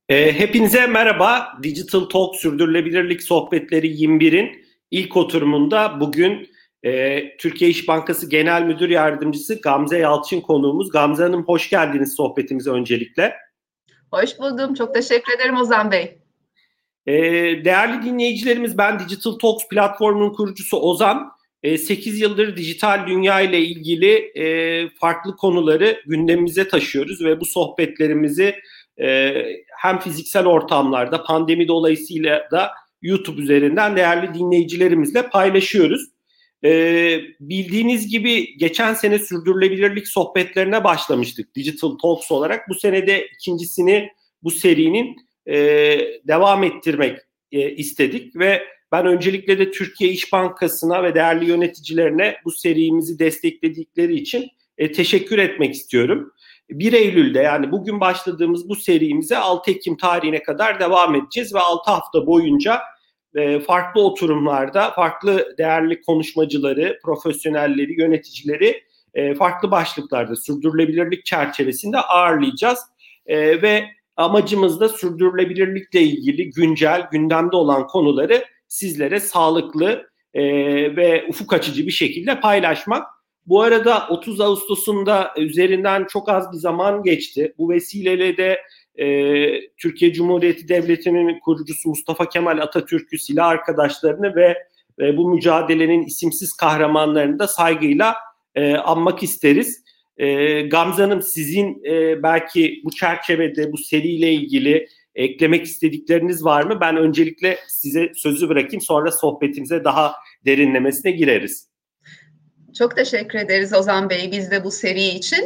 Hepinize merhaba. Digital Talk Sürdürülebilirlik Sohbetleri 21'in ilk oturumunda bugün Türkiye İş Bankası Genel Müdür Yardımcısı Gamze Yalçın konuğumuz. Gamze Hanım hoş geldiniz sohbetimize öncelikle. Hoş buldum. Çok teşekkür ederim Ozan Bey. Değerli dinleyicilerimiz, ben Digital Talks platformunun kurucusu Ozan. 8 yıldır dijital dünya ile ilgili farklı konuları gündemimize taşıyoruz ve bu sohbetlerimizi hem fiziksel ortamlarda pandemi dolayısıyla da YouTube üzerinden değerli dinleyicilerimizle paylaşıyoruz. Bildiğiniz gibi geçen sene sürdürülebilirlik sohbetlerine başlamıştık Digital Talks olarak. Bu senede ikincisini bu serinin devam ettirmek istedik ve ben öncelikle de Türkiye İş Bankası'na ve değerli yöneticilerine bu serimizi destekledikleri için teşekkür etmek istiyorum. 1 Eylül'de, yani bugün başladığımız bu serimize 6 Ekim tarihine kadar devam edeceğiz ve 6 hafta boyunca farklı oturumlarda farklı değerli konuşmacıları, profesyonelleri, yöneticileri farklı başlıklarda sürdürülebilirlik çerçevesinde ağırlayacağız. Ve amacımız da sürdürülebilirlikle ilgili güncel, gündemde olan konuları sizlere sağlıklı ve ufuk açıcı bir şekilde paylaşmak. Bu arada 30 Ağustos'unda üzerinden çok az bir zaman geçti. Bu vesileyle de Türkiye Cumhuriyeti Devleti'nin kurucusu Mustafa Kemal Atatürk'ü, silah arkadaşlarını ve bu mücadelenin isimsiz kahramanlarını da saygıyla anmak isteriz. Gamze Hanım, sizin belki bu çerçevede bu seriyle ilgili eklemek istedikleriniz var mı? Ben öncelikle size sözü bırakayım, sonra sohbetimize daha derinlemesine gireriz. Çok teşekkür ederiz Ozan Bey biz de bu seri için.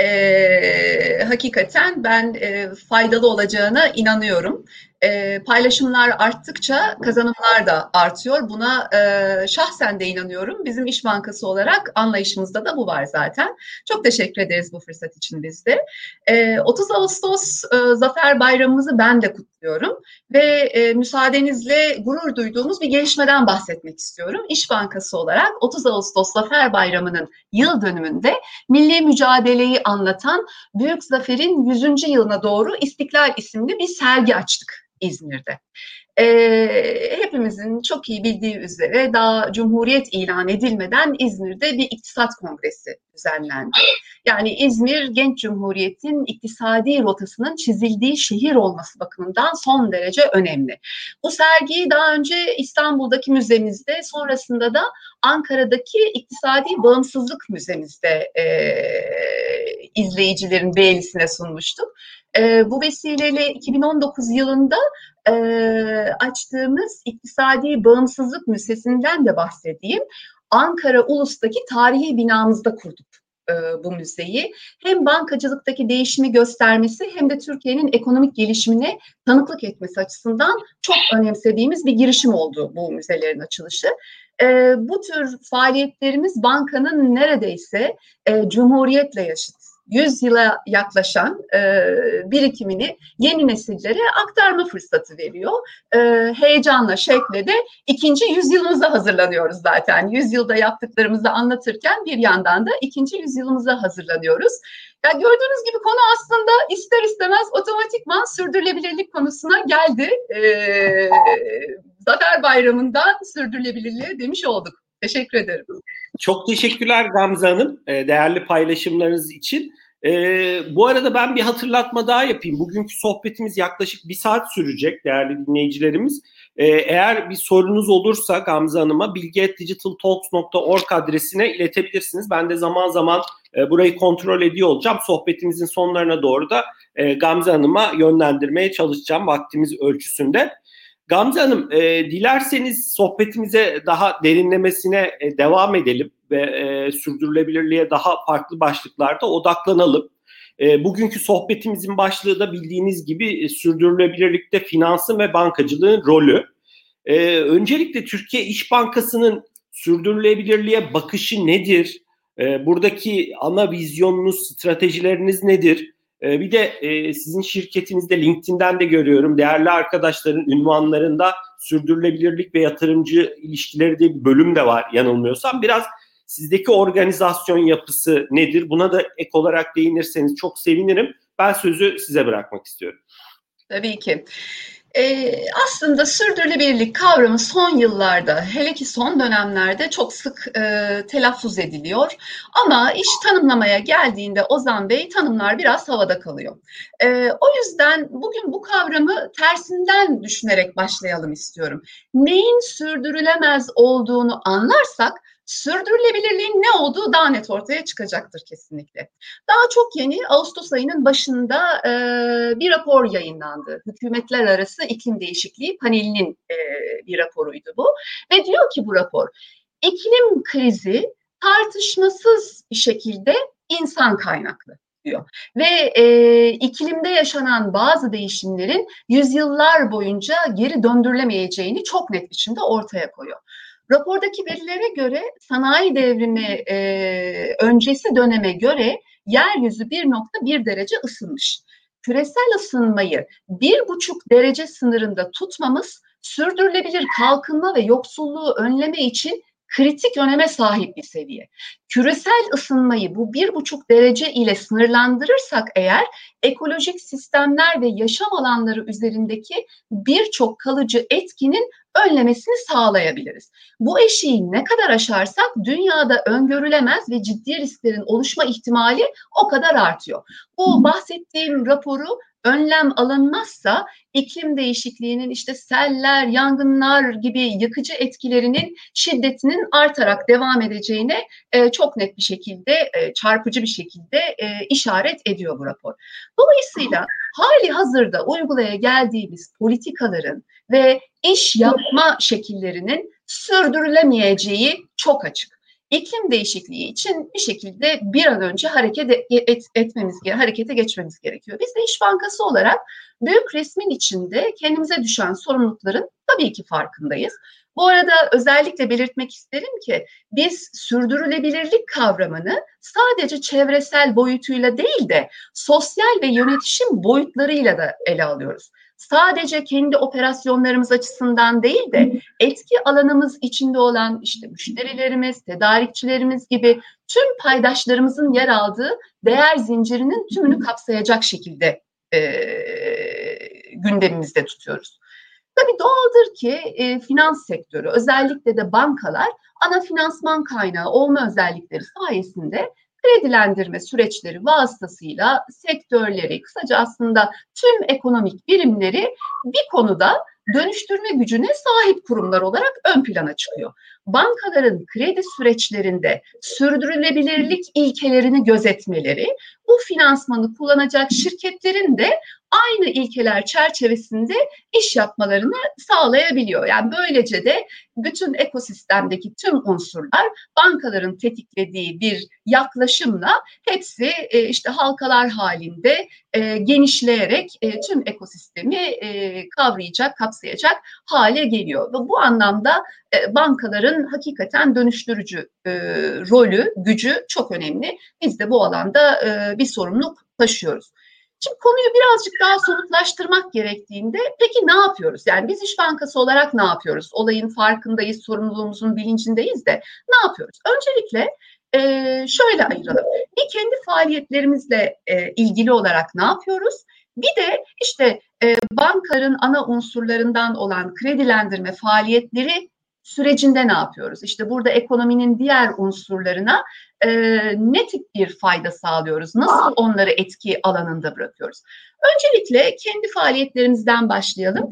Hakikaten ben faydalı olacağına inanıyorum. Paylaşımlar arttıkça kazanımlar da artıyor. Buna şahsen de inanıyorum. Bizim İş Bankası olarak anlayışımızda da bu var zaten. Çok teşekkür ederiz bu fırsat için biz de. 30 Ağustos Zafer Bayramımızı ben de kutluyorum ve müsaadenizle gurur duyduğumuz bir gelişmeden bahsetmek istiyorum. İş Bankası olarak 30 Ağustos Zafer Bayramı'nın yıl dönümünde milli mücadeleyi anlatan Büyük Zafer'in 100. yılına doğru İstiklal isimli bir sergi açtık İzmir'de. Hepimizin çok iyi bildiği üzere daha Cumhuriyet ilan edilmeden İzmir'de bir iktisat kongresi düzenlendi. Yani İzmir genç cumhuriyetin iktisadi rotasının çizildiği şehir olması bakımından son derece önemli. Bu sergiyi daha önce İstanbul'daki müzemizde, sonrasında da Ankara'daki İktisadi Bağımsızlık Müzemizde izleyicilerin beğenisine sunmuştuk. Bu vesileyle 2019 yılında açtığımız İktisadi Bağımsızlık Müzesi'nden de bahsedeyim. Ankara Ulus'taki tarihi binamızda kurduk bu müzeyi. Hem bankacılıktaki değişimi göstermesi hem de Türkiye'nin ekonomik gelişimine tanıklık etmesi açısından çok önemsediğimiz bir girişim oldu bu müzelerin açılışı. Bu tür faaliyetlerimiz bankanın neredeyse Cumhuriyet'le yaşıt 100 yıla yaklaşan birikimini yeni nesillere aktarma fırsatı veriyor. Heyecanla, şevkle de ikinci yüzyılımıza hazırlanıyoruz zaten. 100 yılda yaptıklarımızı anlatırken bir yandan da ikinci yüzyılımıza hazırlanıyoruz. Ya gördüğünüz gibi konu aslında ister istemez otomatikman sürdürülebilirlik konusuna geldi. Zafer Bayramı'ndan sürdürülebilirliğe demiş olduk. Teşekkür ederim. Çok teşekkürler Gamze Hanım, değerli paylaşımlarınız için. Bu arada ben bir hatırlatma daha yapayım. Bugünkü sohbetimiz yaklaşık 1 saat sürecek değerli dinleyicilerimiz. Eğer bir sorunuz olursa Gamze Hanım'a bilgi@digitaltalks.org adresine iletebilirsiniz. Ben de zaman zaman burayı kontrol ediyor olacağım. Sohbetimizin sonlarına doğru da Gamze Hanım'a yönlendirmeye çalışacağım vaktimiz ölçüsünde. Gamze Hanım, dilerseniz sohbetimize daha derinlemesine devam edelim ve sürdürülebilirliğe daha farklı başlıklarda odaklanalım. Bugünkü sohbetimizin başlığı da bildiğiniz gibi sürdürülebilirlikte finansın ve bankacılığın rolü. Öncelikle Türkiye İş Bankası'nın sürdürülebilirliğe bakışı nedir? Buradaki ana vizyonunuz, stratejileriniz nedir? Bir de sizin şirketinizde LinkedIn'den de görüyorum. Değerli arkadaşların ünvanlarında sürdürülebilirlik ve yatırımcı ilişkileri diye bir bölüm de var yanılmıyorsam. Biraz sizdeki organizasyon yapısı nedir? Buna da ek olarak değinirseniz çok sevinirim. Ben sözü size bırakmak istiyorum. Tabii ki. Aslında sürdürülebilirlik kavramı son yıllarda, hele ki son dönemlerde çok sık telaffuz ediliyor. Ama iş tanımlamaya geldiğinde Ozan Bey, tanımlar biraz havada kalıyor. O yüzden bugün bu kavramı tersinden düşünerek başlayalım istiyorum. Neyin sürdürülemez olduğunu anlarsak, sürdürülebilirliğin ne olduğu daha net ortaya çıkacaktır kesinlikle. Daha çok yeni Ağustos ayının başında bir rapor yayınlandı. Hükümetler Arası İklim Değişikliği Paneli'nin bir raporuydu bu. Ve diyor ki bu rapor, iklim krizi tartışmasız bir şekilde insan kaynaklı diyor. Ve iklimde yaşanan bazı değişimlerin yüzyıllar boyunca geri döndürülemeyeceğini çok net biçimde ortaya koyuyor. Rapordaki verilere göre sanayi devrimi öncesi döneme göre yeryüzü 1,1 derece ısınmış. Küresel ısınmayı 1,5 derece sınırında tutmamız sürdürülebilir kalkınma ve yoksulluğu önleme için kritik öneme sahip bir seviye. Küresel ısınmayı bu 1,5 derece ile sınırlandırırsak eğer, ekolojik sistemler ve yaşam alanları üzerindeki birçok kalıcı etkinin önlemesini sağlayabiliriz. Bu eşiği ne kadar aşarsak dünyada öngörülemez ve ciddi risklerin oluşma ihtimali o kadar artıyor. Bu bahsettiğim raporu önlem alınmazsa iklim değişikliğinin işte seller, yangınlar gibi yıkıcı etkilerinin şiddetinin artarak devam edeceğine çok net bir şekilde, çarpıcı bir şekilde işaret ediyor bu rapor. Dolayısıyla hali hazırda uygulaya geldiğimiz politikaların ve iş yapma şekillerinin sürdürülemeyeceği çok açık. İklim değişikliği için bir şekilde bir an önce harekete geçmemiz gerekiyor. Biz de İş Bankası olarak büyük resmin içinde kendimize düşen sorumlulukların tabii ki farkındayız. Bu arada özellikle belirtmek isterim ki biz sürdürülebilirlik kavramını sadece çevresel boyutuyla değil de sosyal ve yönetişim boyutlarıyla da ele alıyoruz. Sadece kendi operasyonlarımız açısından değil de etki alanımız içinde olan işte müşterilerimiz, tedarikçilerimiz gibi tüm paydaşlarımızın yer aldığı değer zincirinin tümünü kapsayacak şekilde gündemimizde tutuyoruz. Tabii doğaldır ki finans sektörü, özellikle de bankalar ana finansman kaynağı olma özellikleri sayesinde kredilendirme süreçleri vasıtasıyla sektörleri, kısaca aslında tüm ekonomik birimleri bir konuda dönüştürme gücüne sahip kurumlar olarak ön plana çıkıyor. Bankaların kredi süreçlerinde sürdürülebilirlik ilkelerini gözetmeleri, bu finansmanı kullanacak şirketlerin de aynı ilkeler çerçevesinde iş yapmalarını sağlayabiliyor. Yani böylece de bütün ekosistemdeki tüm unsurlar bankaların tetiklediği bir yaklaşımla hepsi işte halkalar halinde genişleyerek tüm ekosistemi kavrayacak, kapsayacak hale geliyor. Ve bu anlamda bankaların hakikaten dönüştürücü rolü, gücü çok önemli. Biz de bu alanda bir sorumluluk taşıyoruz. Şimdi konuyu birazcık daha somutlaştırmak gerektiğinde peki ne yapıyoruz? Yani biz İş Bankası olarak ne yapıyoruz? Olayın farkındayız, sorumluluğumuzun bilincindeyiz de ne yapıyoruz? Öncelikle şöyle ayıralım. Bir kendi faaliyetlerimizle ilgili olarak ne yapıyoruz? Bir de işte bankaların ana unsurlarından olan kredilendirme faaliyetleri sürecinde ne yapıyoruz? İşte burada ekonominin diğer unsurlarına ne tip bir fayda sağlıyoruz? Nasıl onları etki alanında bırakıyoruz? Öncelikle kendi faaliyetlerimizden başlayalım.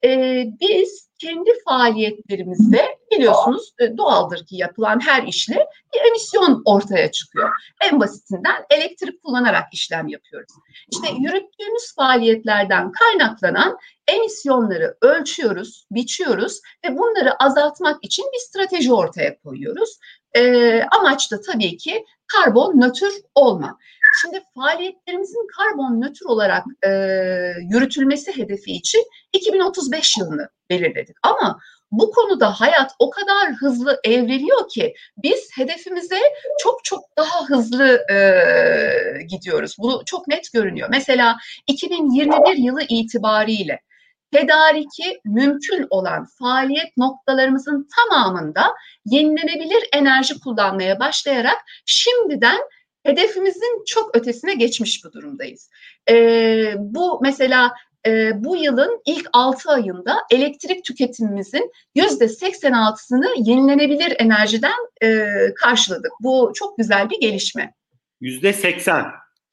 Biz kendi faaliyetlerimizde biliyorsunuz doğaldır ki yapılan her işle bir emisyon ortaya çıkıyor. En basitinden elektrik kullanarak işlem yapıyoruz. İşte yürüttüğümüz faaliyetlerden kaynaklanan emisyonları ölçüyoruz, biçiyoruz ve bunları azaltmak için bir strateji ortaya koyuyoruz. Amaç da tabii ki karbon nötr olma. Şimdi faaliyetlerimizin karbon nötr olarak yürütülmesi hedefi için 2035 yılını belirledik. Ama bu konuda hayat o kadar hızlı evriliyor ki biz hedefimize çok çok daha hızlı gidiyoruz. Bu çok net görünüyor. Mesela 2021 yılı itibariyle tedariki mümkün olan faaliyet noktalarımızın tamamında yenilenebilir enerji kullanmaya başlayarak şimdiden hedefimizin çok ötesine geçmiş bu durumdayız. Bu mesela bu yılın ilk 6 ayında elektrik tüketimimizin %86'sını yenilenebilir enerjiden karşıladık. Bu çok güzel bir gelişme. %80.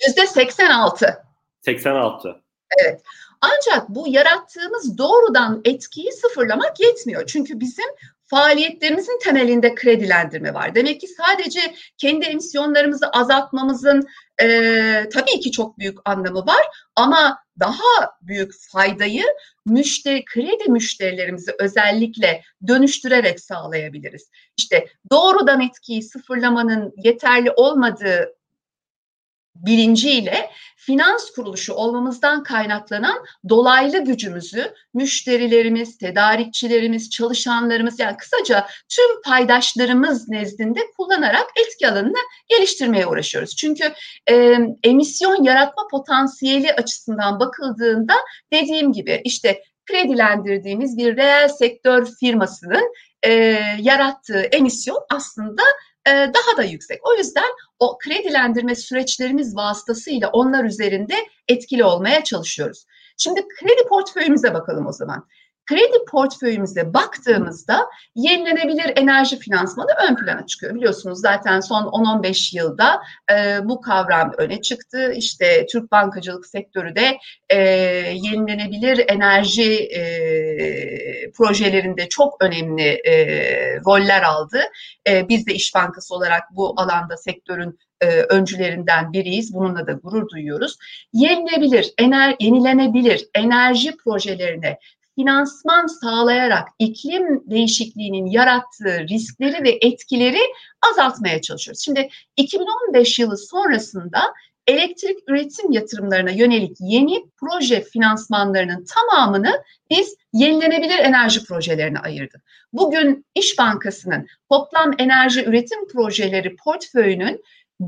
%86. 86. Evet. Ancak bu yarattığımız doğrudan etkiyi sıfırlamak yetmiyor. Çünkü bizim faaliyetlerimizin temelinde kredilendirme var. Demek ki sadece kendi emisyonlarımızı azaltmamızın tabii ki çok büyük anlamı var. Ama daha büyük faydayı kredi müşterilerimizi özellikle dönüştürerek sağlayabiliriz. İşte doğrudan etkiyi sıfırlamanın yeterli olmadığı bilinciyle finans kuruluşu olmamızdan kaynaklanan dolaylı gücümüzü müşterilerimiz, tedarikçilerimiz, çalışanlarımız, yani kısaca tüm paydaşlarımız nezdinde kullanarak etki alanını geliştirmeye uğraşıyoruz. Çünkü emisyon yaratma potansiyeli açısından bakıldığında dediğim gibi işte kredilendirdiğimiz bir reel sektör firmasının yarattığı emisyon aslında daha da yüksek. O yüzden o kredilendirme süreçlerimiz vasıtasıyla onlar üzerinde etkili olmaya çalışıyoruz. Şimdi kredi portföyümüze bakalım o zaman. Kredi portföyümüze baktığımızda yenilenebilir enerji finansmanı ön plana çıkıyor. Biliyorsunuz zaten son 10-15 yılda bu kavram öne çıktı. İşte Türk bankacılık sektörü de yenilenebilir enerji projelerinde çok önemli roller aldı. Biz de İş Bankası olarak bu alanda sektörün öncülerinden biriyiz. Bununla da gurur duyuyoruz. Yenilenebilir enerji projelerine finansman sağlayarak iklim değişikliğinin yarattığı riskleri ve etkileri azaltmaya çalışıyoruz. Şimdi 2015 yılı sonrasında elektrik üretim yatırımlarına yönelik yeni proje finansmanlarının tamamını biz yenilenebilir enerji projelerine ayırdık. Bugün İş Bankası'nın toplam enerji üretim projeleri portföyünün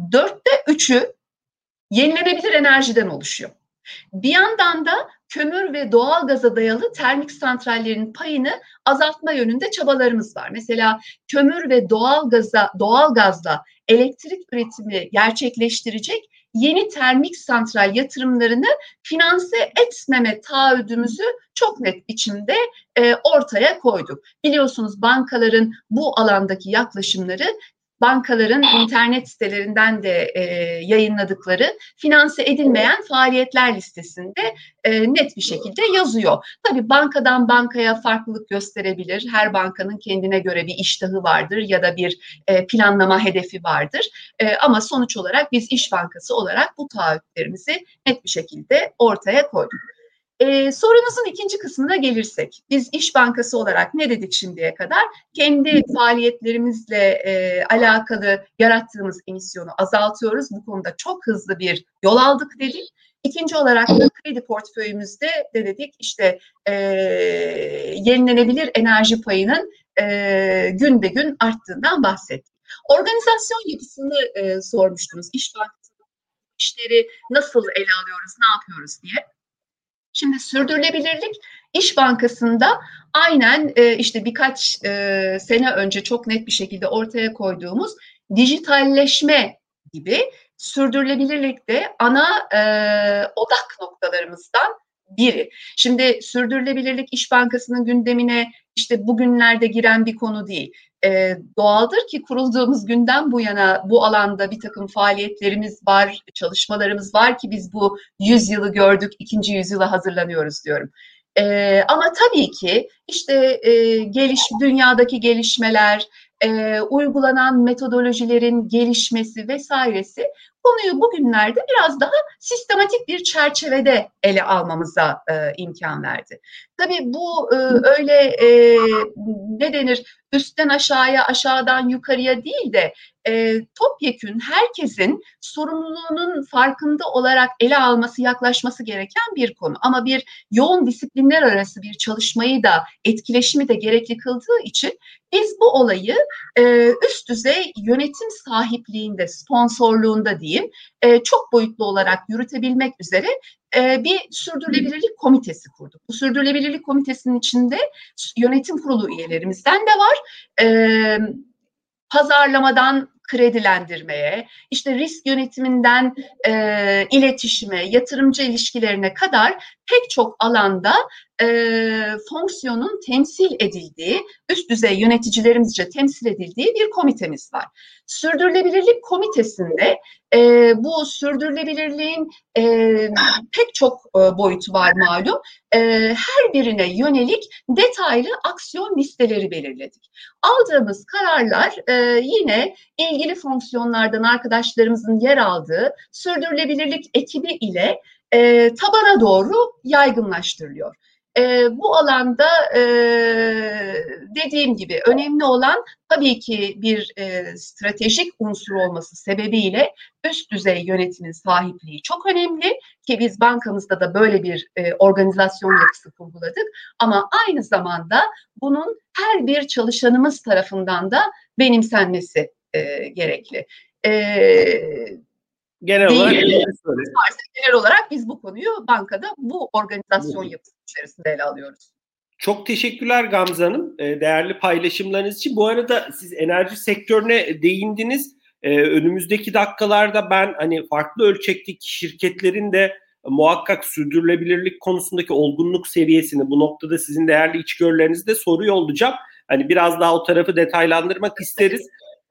3'ü yenilenebilir enerjiden oluşuyor. Bir yandan da kömür ve doğalgaza dayalı termik santrallerin payını azaltma yönünde çabalarımız var. Mesela kömür ve doğalgazla elektrik üretimi gerçekleştirecek yeni termik santral yatırımlarını finanse etmeme taahhüdümüzü çok net biçimde ortaya koyduk. Biliyorsunuz bankaların bu alandaki yaklaşımları bankaların internet sitelerinden de yayınladıkları finanse edilmeyen faaliyetler listesinde net bir şekilde yazıyor. Tabii bankadan bankaya farklılık gösterebilir. Her bankanın kendine göre bir iştahı vardır ya da bir planlama hedefi vardır. Ama sonuç olarak biz İş Bankası olarak bu taahhütlerimizi net bir şekilde ortaya koyduk. Sorunuzun ikinci kısmına gelirsek, biz İş Bankası olarak ne dedik şimdiye kadar? Kendi faaliyetlerimizle alakalı yarattığımız emisyonu azaltıyoruz. Bu konuda çok hızlı bir yol aldık dedik. İkinci olarak da kredi portföyümüzde de dedik işte yenilenebilir enerji payının gün be gün arttığından bahsettik. Organizasyon yapısını sormuştunuz. İş Bankası'nın işleri nasıl ele alıyoruz, ne yapıyoruz diye. Şimdi sürdürülebilirlik İş Bankası'nda aynen işte birkaç sene önce çok net bir şekilde ortaya koyduğumuz dijitalleşme gibi sürdürülebilirlikte ana odak noktalarımızdan biri. Şimdi sürdürülebilirlik İş Bankası'nın gündemine işte bugünlerde giren bir konu değil. Doğaldır ki kurulduğumuz günden bu yana bu alanda bir takım faaliyetlerimiz var, çalışmalarımız var ki biz bu 100 yılı gördük, 2. yüzyıla hazırlanıyoruz diyorum. Ama tabii ki işte dünyadaki gelişmeler, uygulanan metodolojilerin gelişmesi vesairesi konuyu bugünlerde biraz daha sistematik bir çerçevede ele almamıza imkan verdi. Tabii bu öyle ne denir üstten aşağıya, aşağıdan yukarıya değil de topyekün herkesin sorumluluğunun farkında olarak ele alması, yaklaşması gereken bir konu. Ama bir yoğun disiplinler arası bir çalışmayı da, etkileşimi de gerekli kıldığı için biz bu olayı üst düzey yönetim sahipliğinde, sponsorluğunda diyeyim, çok boyutlu olarak yürütebilmek üzere bir sürdürülebilirlik komitesi kurduk. Bu sürdürülebilirlik komitesinin içinde yönetim kurulu üyelerimizden de var. Pazarlamadan kredilendirmeye, işte risk yönetiminden iletişime, yatırımcı ilişkilerine kadar pek çok alanda fonksiyonun temsil edildiği, üst düzey yöneticilerimizce temsil edildiği bir komitemiz var. Sürdürülebilirlik Komitesi'nde bu sürdürülebilirliğin pek çok boyutu var malum. Her birine yönelik detaylı aksiyon listeleri belirledik. Aldığımız kararlar yine ilgili fonksiyonlardan arkadaşlarımızın yer aldığı sürdürülebilirlik ekibi ile tabana doğru yaygınlaştırılıyor. Bu alanda dediğim gibi önemli olan tabii ki bir stratejik unsur olması sebebiyle üst düzey yönetimin sahipliği çok önemli ki biz bankamızda da böyle bir organizasyon yapısı kurguladık. Ama aynı zamanda bunun her bir çalışanımız tarafından da benimsenmesi gerekli. Genel olarak genel olarak biz bu konuyu bankada bu organizasyon yapısı içerisinde ele alıyoruz. Çok teşekkürler Gamze Hanım, değerli paylaşımlarınız için. Bu arada siz enerji sektörüne değindiniz. Önümüzdeki dakikalarda ben hani farklı ölçekteki şirketlerin de muhakkak sürdürülebilirlik konusundaki olgunluk seviyesini bu noktada sizin değerli içgörülerinizi de soruyor olacağım. Hani biraz daha o tarafı detaylandırmak isteriz.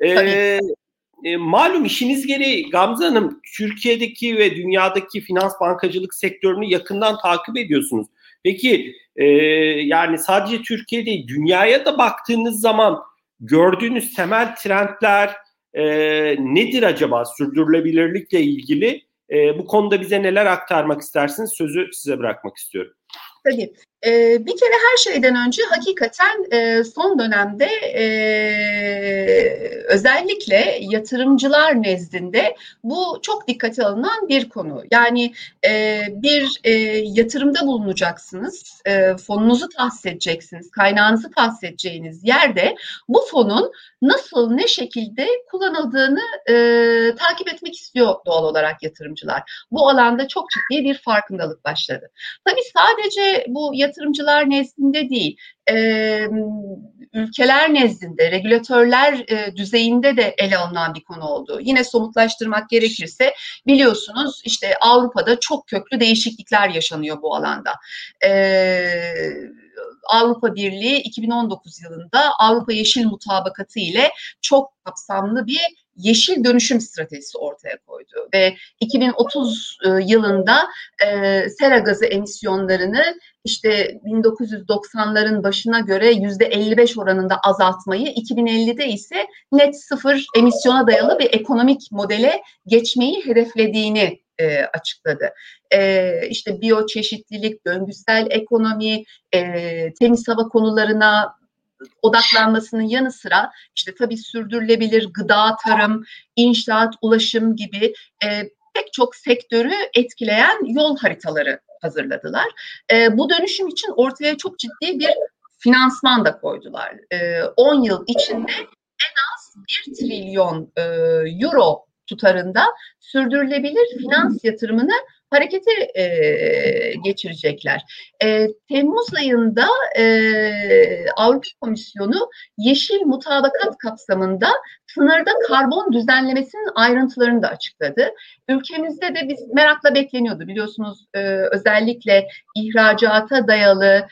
Malum işiniz gereği Gamze Hanım Türkiye'deki ve dünyadaki finans bankacılık sektörünü yakından takip ediyorsunuz. Peki yani sadece Türkiye değil dünyaya da baktığınız zaman gördüğünüz temel trendler nedir acaba sürdürülebilirlikle ilgili? Bu konuda bize neler aktarmak istersiniz? Sözü size bırakmak istiyorum. Tabii. Bir kere her şeyden önce hakikaten son dönemde özellikle yatırımcılar nezdinde bu çok dikkate alınan bir konu. Yani bir yatırımda bulunacaksınız, fonunuzu tahsis edeceksiniz, kaynağınızı tahsis edeceğiniz yerde bu fonun nasıl, ne şekilde kullanıldığını takip etmek istiyor doğal olarak yatırımcılar. Bu alanda çok ciddi bir farkındalık başladı. Tabii sadece bu yatırımcılar nezdinde değil, ülkeler nezdinde, regülatörler düzeyinde de ele alınan bir konu oldu. Yine somutlaştırmak gerekirse biliyorsunuz işte Avrupa'da çok köklü değişiklikler yaşanıyor bu alanda. Avrupa Birliği 2019 yılında Avrupa Yeşil Mutabakatı ile çok kapsamlı bir yeşil dönüşüm stratejisi ortaya koydu ve 2030 yılında sera gazı emisyonlarını işte 1990'ların başına göre %55 oranında azaltmayı, 2050'de ise net sıfır emisyona dayalı bir ekonomik modele geçmeyi hedeflediğini açıkladı. İşte biyoçeşitlilik, döngüsel ekonomi, temiz hava konularına odaklanmasının yanı sıra işte tabii sürdürülebilir gıda, tarım, inşaat, ulaşım gibi pek çok sektörü etkileyen yol haritaları hazırladılar. Bu dönüşüm için ortaya çok ciddi bir finansman da koydular. 10 yıl içinde en az 1 trilyon euro tutarında sürdürülebilir finans yatırımını harekete geçirecekler. Temmuz ayında Avrupa Komisyonu Yeşil Mutabakat kapsamında sınırda karbon düzenlemesinin ayrıntılarını da açıkladı. Ülkemizde de biz merakla bekleniyordu. Biliyorsunuz özellikle ihracata dayalı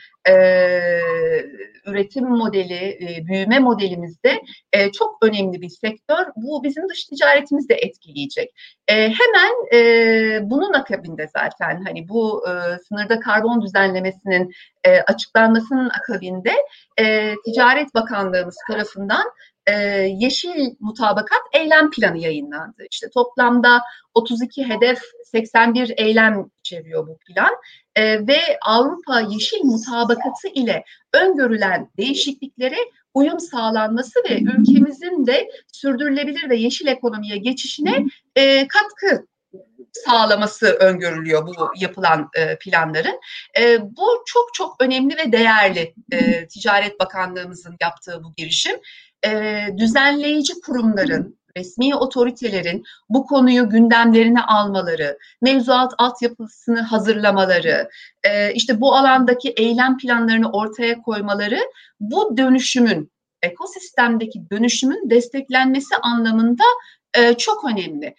üretim modeli, büyüme modelimizde çok önemli bir sektör. Bu bizim dış ticaretimizi de etkileyecek. Hemen bunun akabinde zaten hani bu sınırda karbon düzenlemesinin açıklanmasının akabinde Ticaret Bakanlığımız tarafından Yeşil Mutabakat Eylem Planı yayınlandı. İşte toplamda 32 hedef, 81 eylem içeriyor bu plan. Ve Avrupa Yeşil Mutabakatı ile öngörülen değişikliklere uyum sağlanması ve ülkemizin de sürdürülebilir ve yeşil ekonomiye geçişine katkı sağlaması öngörülüyor bu yapılan planların. Bu çok çok önemli ve değerli Ticaret Bakanlığımızın yaptığı bu girişim. Düzenleyici kurumların, resmi otoritelerin bu konuyu gündemlerine almaları, mevzuat altyapısını hazırlamaları, işte bu alandaki eylem planlarını ortaya koymaları bu dönüşümün ekosistemdeki dönüşümün desteklenmesi anlamında çok önemli.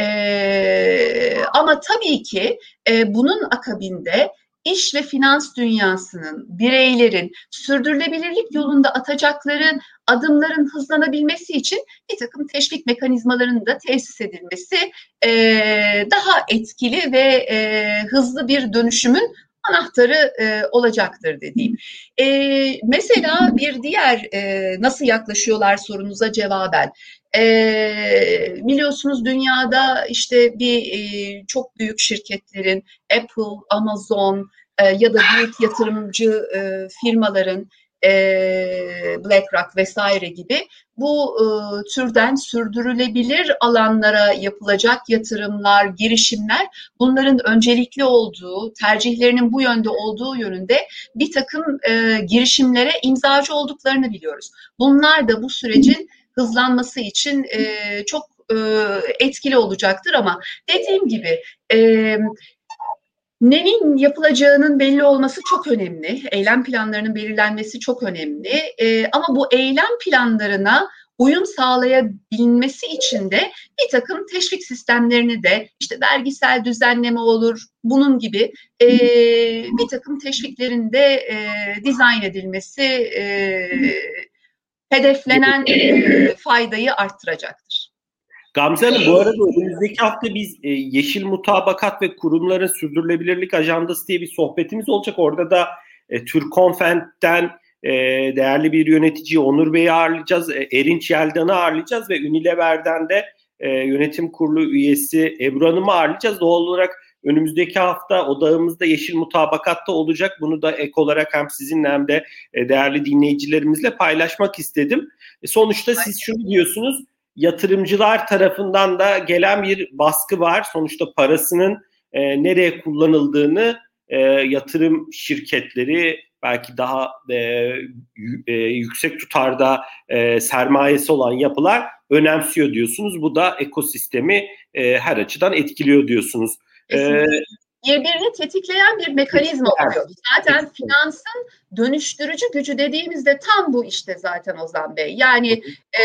Ama tabii ki bunun akabinde iş ve finans dünyasının, bireylerin sürdürülebilirlik yolunda atacakları adımların hızlanabilmesi için bir takım teşvik mekanizmalarının da tesis edilmesi daha etkili ve hızlı bir dönüşümün anahtarı olacaktır dediğim. Mesela bir diğer nasıl yaklaşıyorlar sorunuza cevaben. Biliyorsunuz dünyada işte çok büyük şirketlerin Apple, Amazon ya da büyük yatırımcı firmaların BlackRock vesaire gibi bu türden sürdürülebilir alanlara yapılacak yatırımlar, girişimler bunların öncelikli olduğu, tercihlerinin bu yönde olduğu yönünde bir takım girişimlere imzacı olduklarını biliyoruz. Bunlar da bu sürecin hızlanması için çok etkili olacaktır ama dediğim gibi neyin yapılacağının belli olması çok önemli. Eylem planlarının belirlenmesi çok önemli. Ama bu eylem planlarına uyum sağlayabilmesi için de bir takım teşvik sistemlerini de işte vergisel düzenleme olur, bunun gibi bir takım teşviklerin de dizayn edilmesi hedeflenen faydayı arttıracaktır. Gamze Hanım, bu arada önümüzdeki hafta biz Yeşil Mutabakat ve Kurumların Sürdürülebilirlik Ajandası diye bir sohbetimiz olacak. Orada da Türkonfent'ten değerli bir yönetici Onur Bey'i ağırlayacağız. Erinç Yeldan'ı ağırlayacağız ve Unilever'den de yönetim kurulu üyesi Ebru Hanım'ı ağırlayacağız. Doğal olarak önümüzdeki hafta odağımızda Yeşil Mutabakat'ta olacak. Bunu da ek olarak hem sizinle hem de değerli dinleyicilerimizle paylaşmak istedim. Sonuçta siz şunu diyorsunuz: yatırımcılar tarafından da gelen bir baskı var. Sonuçta parasının nereye kullanıldığını yatırım şirketleri, belki daha yüksek tutarda sermayesi olan yapılar önemsiyor diyorsunuz. Bu da ekosistemi her açıdan etkiliyor diyorsunuz. Birbirini tetikleyen bir mekanizma oluyor. Zaten finansın dönüştürücü gücü dediğimizde tam bu işte zaten Ozan Bey. Yani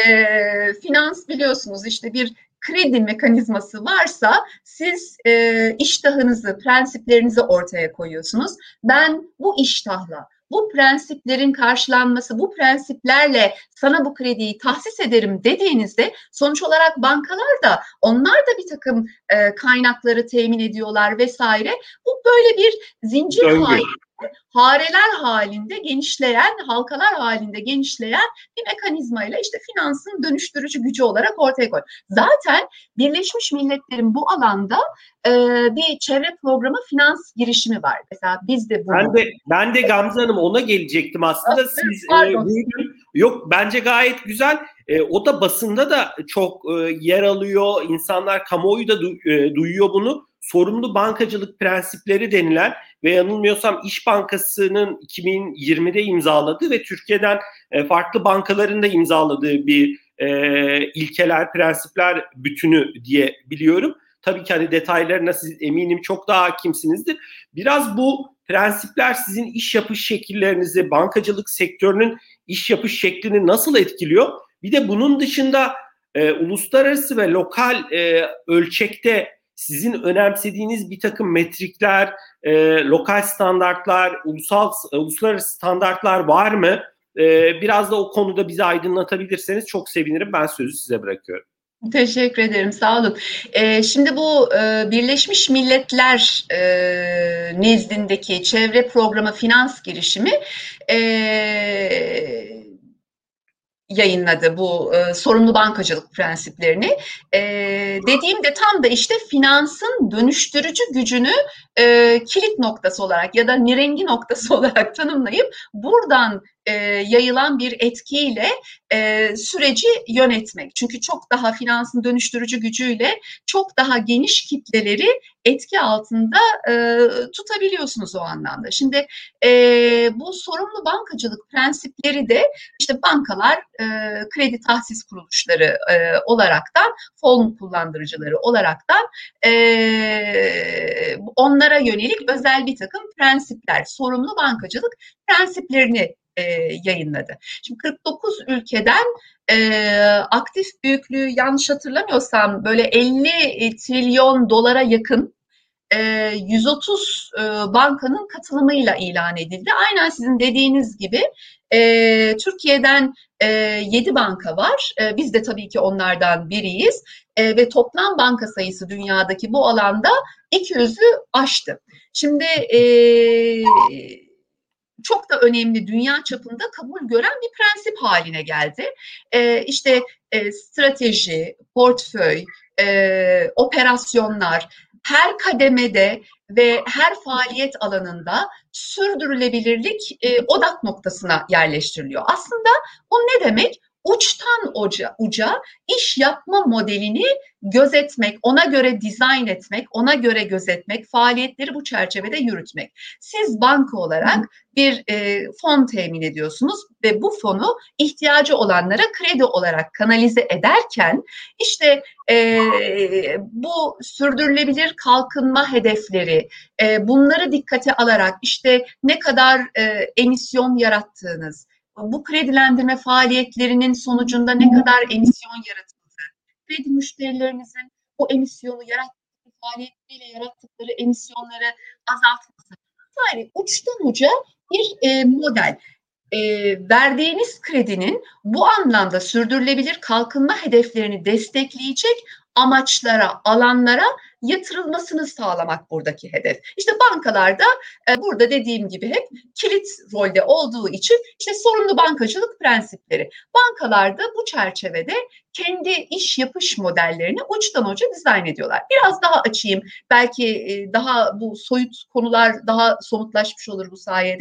finans biliyorsunuz işte bir kredi mekanizması varsa siz iştahınızı, prensiplerinizi ortaya koyuyorsunuz. Ben bu iştahla, bu prensiplerin karşılanması, bu prensiplerle sana bu krediyi tahsis ederim dediğinizde sonuç olarak bankalar da onlar da bir takım kaynakları temin ediyorlar vesaire. Bu böyle bir zincir halinde, hareler halinde genişleyen, halkalar halinde genişleyen bir mekanizmayla işte finansın dönüştürücü gücü olarak ortaya koyuyor. Zaten Birleşmiş Milletler'in bu alanda bir çevre programı finans girişimi var. Mesela biz de bunu... Ben de Gamze Hanım ona gelecektim aslında. Siz yok, bence gayet güzel. O da basında da çok yer alıyor. İnsanlar, kamuoyu da duyuyor bunu. Sorumlu bankacılık prensipleri denilen ve yanılmıyorsam İş Bankası'nın 2020'de imzaladığı ve Türkiye'den farklı bankaların da imzaladığı bir ilkeler, prensipler bütünü diye biliyorum. Tabii ki hani detaylarına siz eminim çok daha hakimsinizdir. Biraz bu prensipler sizin iş yapış şekillerinizi, bankacılık sektörünün iş yapış şeklini nasıl etkiliyor? Bir de bunun dışında uluslararası ve lokal ölçekte sizin önemsediğiniz bir takım metrikler, lokal standartlar, uluslararası standartlar var mı? Biraz da o konuda bizi aydınlatabilirseniz çok sevinirim. Ben sözü size bırakıyorum. Teşekkür ederim, sağ olun. Şimdi bu Birleşmiş Milletler nezdindeki çevre programı finans girişimi yayınladı bu sorumlu bankacılık prensiplerini. Dediğimde tam da işte finansın dönüştürücü gücünü kilit noktası olarak ya da nirengi noktası olarak tanımlayıp buradan yayılan bir etkiyle süreci yönetmek. Çünkü çok daha finansın dönüştürücü gücüyle çok daha geniş kitleleri etki altında tutabiliyorsunuz o anlamda. Şimdi bu sorumlu bankacılık prensipleri de işte bankalar, kredi tahsis kuruluşları olaraktan, fon kullandırıcıları olaraktan onlara yönelik özel bir takım prensipler, sorumlu bankacılık prensiplerini yayınladı. Şimdi 49 ülkeden aktif büyüklüğü yanlış hatırlamıyorsam böyle 50 trilyon dolara yakın 130 bankanın katılımıyla ilan edildi. Aynen sizin dediğiniz gibi Türkiye'den 7 banka var. Biz de tabii ki onlardan biriyiz. Ve toplam banka sayısı dünyadaki bu alanda 200'ü aştı. Şimdi çok da önemli, dünya çapında kabul gören bir prensip haline geldi. İşte strateji, portföy, operasyonlar her kademede ve her faaliyet alanında sürdürülebilirlik odak noktasına yerleştiriliyor. Aslında bu ne demek? Uçtan uca iş yapma modelini gözetmek, ona göre dizayn etmek, ona göre gözetmek, faaliyetleri bu çerçevede yürütmek. Siz banka olarak bir fon temin ediyorsunuz ve bu fonu ihtiyacı olanlara kredi olarak kanalize ederken işte bu sürdürülebilir kalkınma hedefleri, bunları dikkate alarak işte ne kadar emisyon yarattığınız, bu kredilendirme faaliyetlerinin sonucunda ne kadar emisyon yaratıldı, kredi müşterilerinizin bu emisyonu yarattığı faaliyetleriyle yarattıkları emisyonları azaltması. Yani uçtan uca bir model. Verdiğiniz kredinin bu anlamda sürdürülebilir kalkınma hedeflerini destekleyecek amaçlara, alanlara yatırılmasını sağlamak buradaki hedef. İşte bankalarda burada dediğim gibi hep kilit rolde olduğu için işte sorumlu bankacılık prensipleri. Bankalarda bu çerçevede kendi iş yapış modellerini uçtan uca dizayn ediyorlar. Biraz daha açayım. Belki daha bu soyut konular daha somutlaşmış olur bu sayede.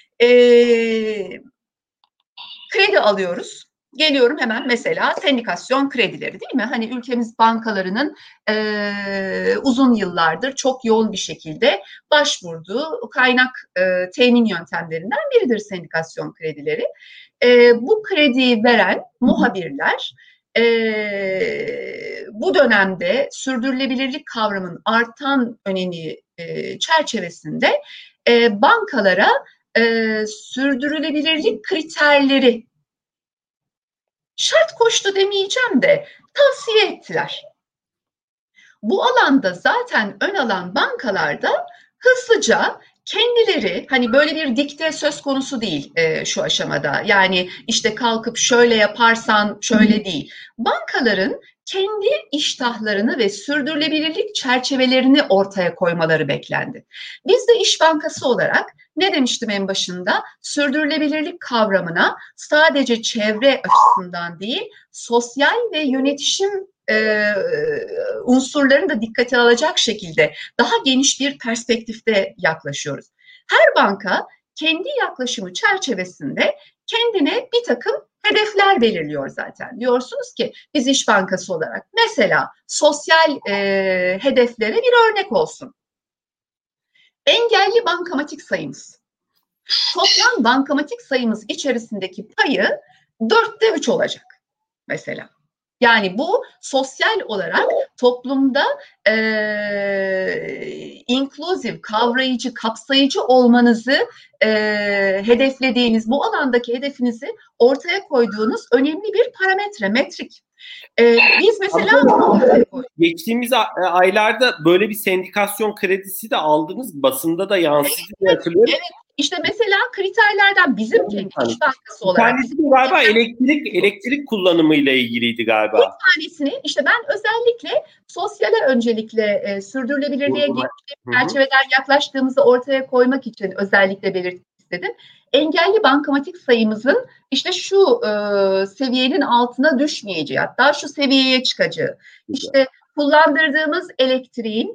Kredi alıyoruz. Geliyorum hemen mesela sendikasyon kredileri değil mi? Hani ülkemiz bankalarının uzun yıllardır çok yoğun bir şekilde başvurduğu kaynak temin yöntemlerinden biridir sendikasyon kredileri. Bu krediyi veren muhabirler bu dönemde sürdürülebilirlik kavramının artan önemi çerçevesinde bankalara sürdürülebilirlik kriterleri şart koştu demeyeceğim de tavsiye ettiler. Bu alanda zaten ön alan bankalarda hızlıca kendileri hani böyle bir dikte söz konusu değil şu aşamada. Yani işte kalkıp şöyle yaparsan şöyle değil. Bankaların kendi iştahlarını ve sürdürülebilirlik çerçevelerini ortaya koymaları beklendi. Biz de İş Bankası olarak ne demiştim en başında? Sürdürülebilirlik kavramına sadece çevre açısından değil, sosyal ve yönetişim unsurlarını da dikkate alacak şekilde daha geniş bir perspektifte yaklaşıyoruz. Her banka kendi yaklaşımı çerçevesinde kendine bir takım hedefler belirliyor zaten. Diyorsunuz ki biz İş Bankası olarak mesela sosyal hedeflere bir örnek olsun. Engelli bankamatik sayımız. Toplam bankamatik sayımız içerisindeki payı 4'te 3 olacak mesela. Yani bu sosyal olarak toplumda inclusive, kavrayıcı, kapsayıcı olmanızı hedeflediğiniz, bu alandaki hedefinizi ortaya koyduğunuz önemli bir parametre, metrik. Biz mesela geçtiğimiz aylarda böyle bir sendikasyon kredisi de aldınız. Basında da yansıdı diye hatırlıyorum. Evet. İşte mesela kriterlerden bizim kendi İş Bankası olarak. Bir tanesi de galiba elektrik kullanımıyla ilgiliydi galiba. Bir tanesini işte ben özellikle sosyale öncelikle sürdürülebilirliğe geniş çerçeveden yaklaştığımızı ortaya koymak için özellikle belirtmek istedim. Engelli bankamatik sayımızın işte şu seviyenin altına düşmeyeceği, hatta şu seviyeye çıkacağı. İşte kullandırdığımız elektriğin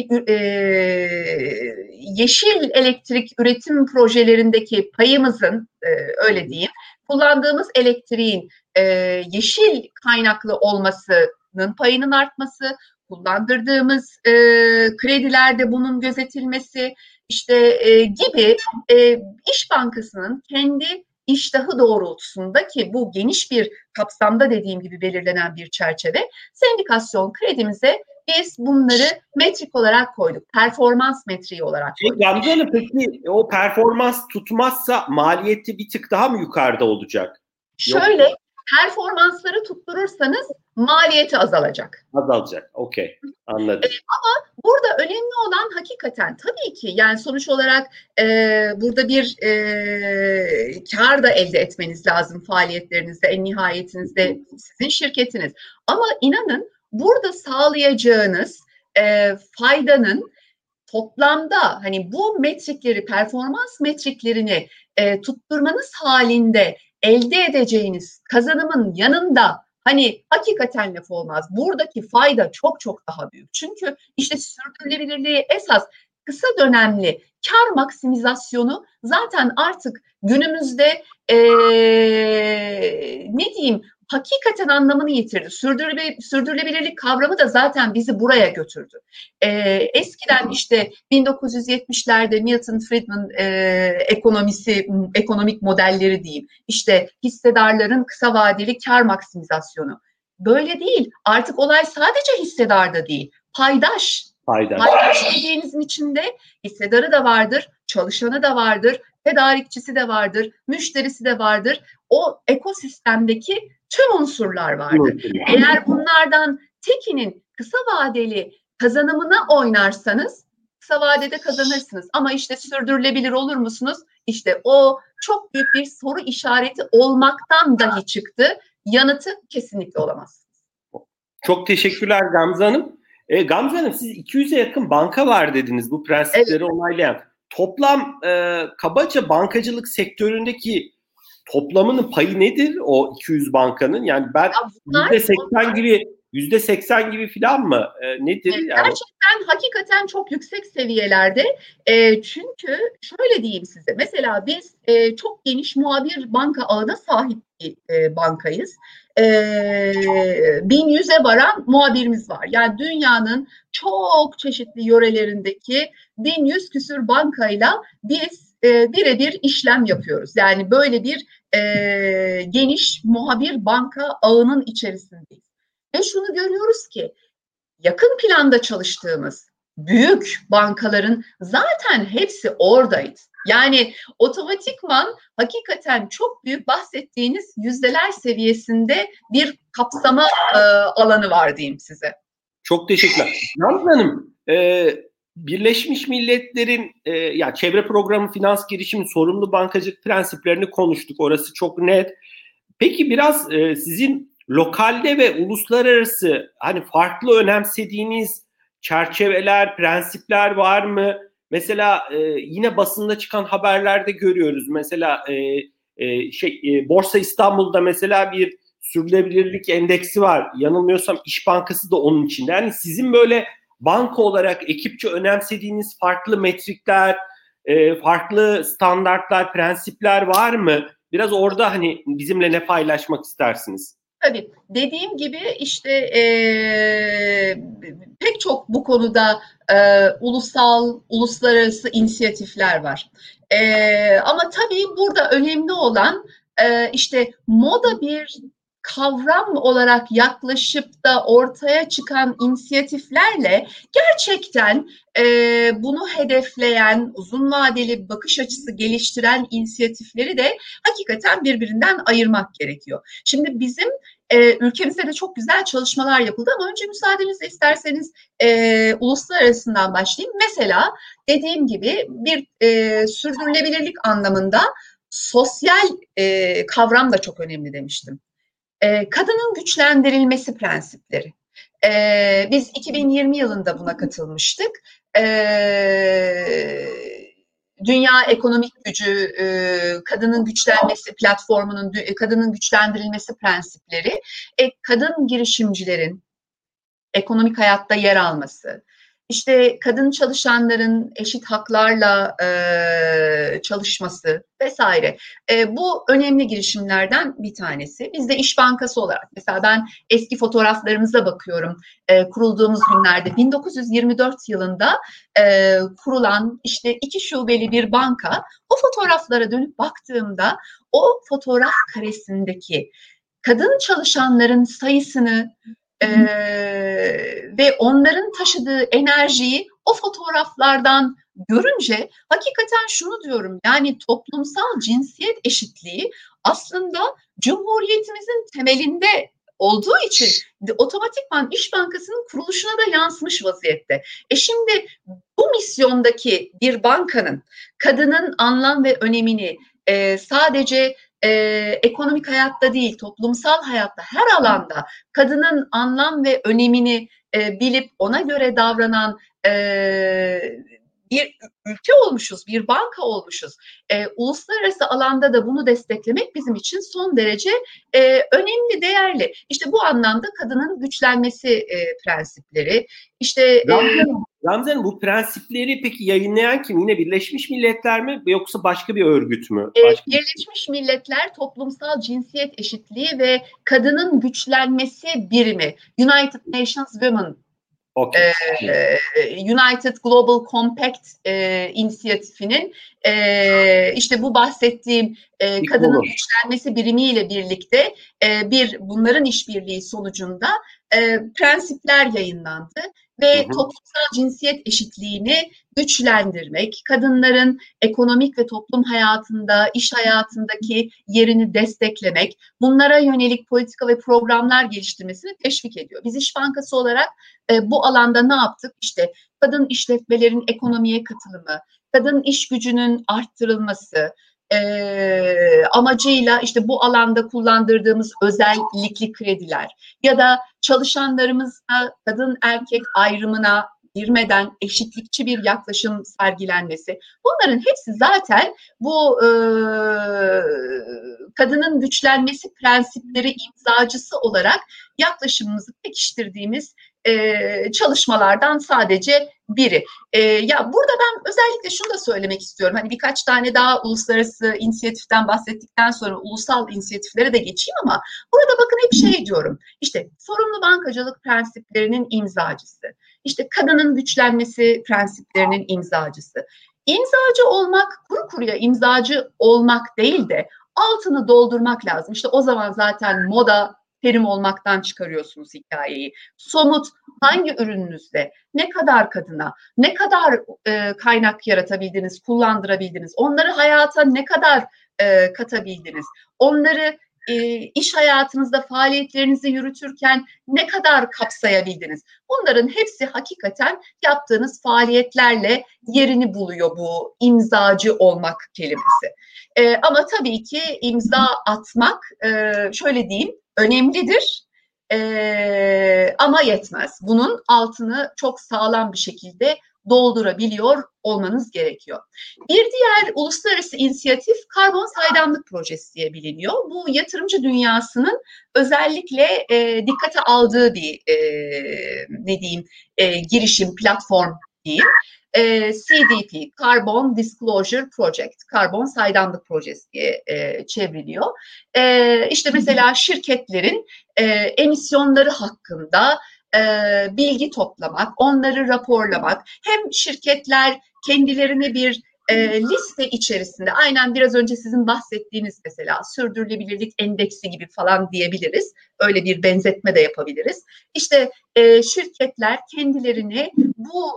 yeşil elektrik üretim projelerindeki payımızın öyle diyeyim, kullandığımız elektriğin yeşil kaynaklı olmasının payının artması, kullandırdığımız kredilerde bunun gözetilmesi işte gibi İş Bankası'nın kendi iştahı doğrultusunda, ki bu geniş bir kapsamda dediğim gibi belirlenen bir çerçeve, sendikasyon kredimize biz bunları metrik olarak koyduk. Performans metriği olarak koyduk. Gamze Hanım, peki o performans tutmazsa maliyeti bir tık daha mı yukarıda olacak? Şöyle, performansları tutturursanız maliyeti azalacak. Azalacak. Okey. Anladım. Ama burada önemli olan hakikaten tabii ki, yani sonuç olarak burada bir kar da elde etmeniz lazım faaliyetlerinizde, en nihayetinizde sizin şirketiniz. Ama inanın burada sağlayacağınız faydanın toplamda, hani bu metrikleri, performans metriklerini tutturmanız halinde elde edeceğiniz kazanımın yanında hani hakikaten laf olmaz. Buradaki fayda çok çok daha büyük. Çünkü işte sürdürülebilirliği esas kısa dönemli kar maksimizasyonu zaten artık günümüzde ne diyeyim, hakikaten anlamını yitirdi. Sürdürülebilirlik kavramı da zaten bizi buraya götürdü. Eskiden işte 1970'lerde Milton Friedman ekonomik modelleri diyeyim, işte hissedarların kısa vadeli kar maksimizasyonu. Böyle değil. Artık olay sadece hissedarda değil. Paydaş dediğinizin içinde hissedarı da vardır, çalışanı da vardır, tedarikçisi de vardır, müşterisi de vardır. O ekosistemdeki tüm unsurlar vardır. Eğer bunlardan tekinin kısa vadeli kazanımına oynarsanız kısa vadede kazanırsınız. Ama işte sürdürülebilir olur musunuz? İşte o çok büyük bir soru işareti olmaktan dahi çıktı. Yanıtı kesinlikle olamaz. Çok teşekkürler Gamze Hanım. Gamze Hanım, siz 200'e yakın banka var dediniz bu prensipleri onaylayan. Toplam kabaca bankacılık sektöründeki toplamının payı nedir o 200 bankanın? Yani ben %80 gibi falan mı? Nedir? Yani? Gerçekten hakikaten çok yüksek seviyelerde. Çünkü şöyle diyeyim size. Mesela biz çok geniş muhabir banka ağına sahip bir bankayız. 1100'e varan muhabirimiz var. Yani dünyanın çok çeşitli yörelerindeki 1100 küsür bankayla biz birebir işlem yapıyoruz. Yani böyle bir geniş muhabir banka ağının içerisindeyiz. Ve şunu görüyoruz ki yakın planda çalıştığımız büyük bankaların zaten hepsi oradaydı. Yani otomatikman hakikaten çok büyük bahsettiğiniz yüzdeler seviyesinde bir kapsama alanı var diyeyim size. Çok teşekkürler. Gamze Hanım, Birleşmiş Milletler'in ya çevre programı, finans girişimi, sorumlu bankacılık prensiplerini konuştuk. Orası çok net. Peki biraz sizin lokalde ve uluslararası hani farklı önemsediğiniz çerçeveler, prensipler var mı? Mesela yine basında çıkan haberlerde görüyoruz. Mesela Borsa İstanbul'da mesela bir sürdürülebilirlik endeksi var. Yanılmıyorsam İş Bankası da onun içinde. Yani sizin böyle banka olarak ekipçe önemsediğiniz farklı metrikler, farklı standartlar, prensipler var mı? Biraz orada hani bizimle ne paylaşmak istersiniz? Tabii dediğim gibi işte pek çok bu konuda ulusal, uluslararası inisiyatifler var. Ama tabii burada önemli olan işte moda bir kavram olarak yaklaşıp da ortaya çıkan inisiyatiflerle gerçekten bunu hedefleyen, uzun vadeli bakış açısı geliştiren inisiyatifleri de hakikaten birbirinden ayırmak gerekiyor. Şimdi bizim ülkemizde de çok güzel çalışmalar yapıldı ama önce müsaadenizle isterseniz uluslararasından başlayayım. Mesela dediğim gibi bir sürdürülebilirlik anlamında sosyal kavram da çok önemli demiştim. Kadının güçlendirilmesi prensipleri. Biz 2020 yılında buna katılmıştık. Dünya Ekonomik Gücü, Kadının Güçlenmesi Platformu'nun kadının güçlendirilmesi prensipleri, kadın girişimcilerin ekonomik hayatta yer alması, işte kadın çalışanların eşit haklarla çalışması vesaire. Bu önemli girişimlerden bir tanesi. Biz de İş Bankası olarak, mesela ben eski fotoğraflarımıza bakıyorum. Kurulduğumuz günlerde 1924 yılında kurulan işte 2 şubeli bir banka. O fotoğraflara dönüp baktığımda o fotoğraf karesindeki kadın çalışanların sayısını ve onların taşıdığı enerjiyi o fotoğraflardan görünce hakikaten şunu diyorum, yani toplumsal cinsiyet eşitliği aslında Cumhuriyetimizin temelinde olduğu için otomatikman İş Bankası'nın kuruluşuna da yansımış vaziyette. Şimdi bu misyondaki bir bankanın kadının anlam ve önemini sadece ekonomik hayatta değil, toplumsal hayatta, her alanda kadının anlam ve önemini bilip ona göre davranan bir ülke olmuşuz, bir banka olmuşuz. Uluslararası alanda da bunu desteklemek bizim için son derece önemli, değerli. İşte bu anlamda kadının güçlenmesi prensipleri. İşte Gamze, bu prensipleri peki yayınlayan kim? Yine Birleşmiş Milletler mi yoksa başka bir örgüt mü? Birleşmiş Milletler Toplumsal Cinsiyet Eşitliği ve Kadının Güçlenmesi Birimi, United Nations Women, okay. United Global Compact inisiyatifinin işte bu bahsettiğim kadının güçlenmesi birimiyle birlikte bunların işbirliği sonucunda prensipler yayınlandı ve toplumsal cinsiyet eşitliğini güçlendirmek, kadınların ekonomik ve toplum hayatında, iş hayatındaki yerini desteklemek, bunlara yönelik politika ve programlar geliştirmesini teşvik ediyor. Biz İş Bankası olarak bu alanda ne yaptık? İşte kadın işletmelerin ekonomiye katılımı, kadın iş gücünün arttırılması amacıyla işte bu alanda kullandırdığımız özellikli krediler ya da çalışanlarımızda kadın erkek ayrımına girmeden eşitlikçi bir yaklaşım sergilenmesi. Bunların hepsi zaten bu kadının güçlenmesi prensipleri imzacısı olarak yaklaşımımızı pekiştirdiğimiz çalışmalardan sadece biri. Ya burada ben özellikle şunu da söylemek istiyorum. Hani birkaç tane daha uluslararası inisiyatiften bahsettikten sonra ulusal inisiyatiflere de geçeyim ama burada bakın hep şey diyorum. İşte sorumlu bankacılık prensiplerinin imzacısı. İşte kadının güçlenmesi prensiplerinin imzacısı. İmzacı olmak kuru kuruya imzacı olmak değil de altını doldurmak lazım. İşte o zaman zaten moda terim olmaktan çıkarıyorsunuz hikayeyi. Somut, hangi ürününüzde ne kadar kadına, ne kadar kaynak yaratabildiniz, kullandırabildiniz, onları hayata ne kadar katabildiniz, onları iş hayatınızda faaliyetlerinizi yürütürken ne kadar kapsayabildiniz? Bunların hepsi hakikaten yaptığınız faaliyetlerle yerini buluyor bu imzacı olmak kelimesi. Ama tabii ki imza atmak, şöyle diyeyim, önemlidir. Ama yetmez. Bunun altını çok sağlam bir şekilde doldurabiliyor olmanız gerekiyor. Bir diğer uluslararası inisiyatif karbon saydamlık projesi diye biliniyor. Bu yatırımcı dünyasının özellikle dikkate aldığı bir girişim, platform diyeyim. CDP, Carbon Disclosure Project, karbon saydamlık projesi diye çevriliyor. İşte mesela şirketlerin emisyonları hakkında bilgi toplamak, onları raporlamak, hem şirketler kendilerini bir liste içerisinde, aynen biraz önce sizin bahsettiğiniz mesela sürdürülebilirlik endeksi gibi falan diyebiliriz. Öyle bir benzetme de yapabiliriz. İşte şirketler kendilerini bu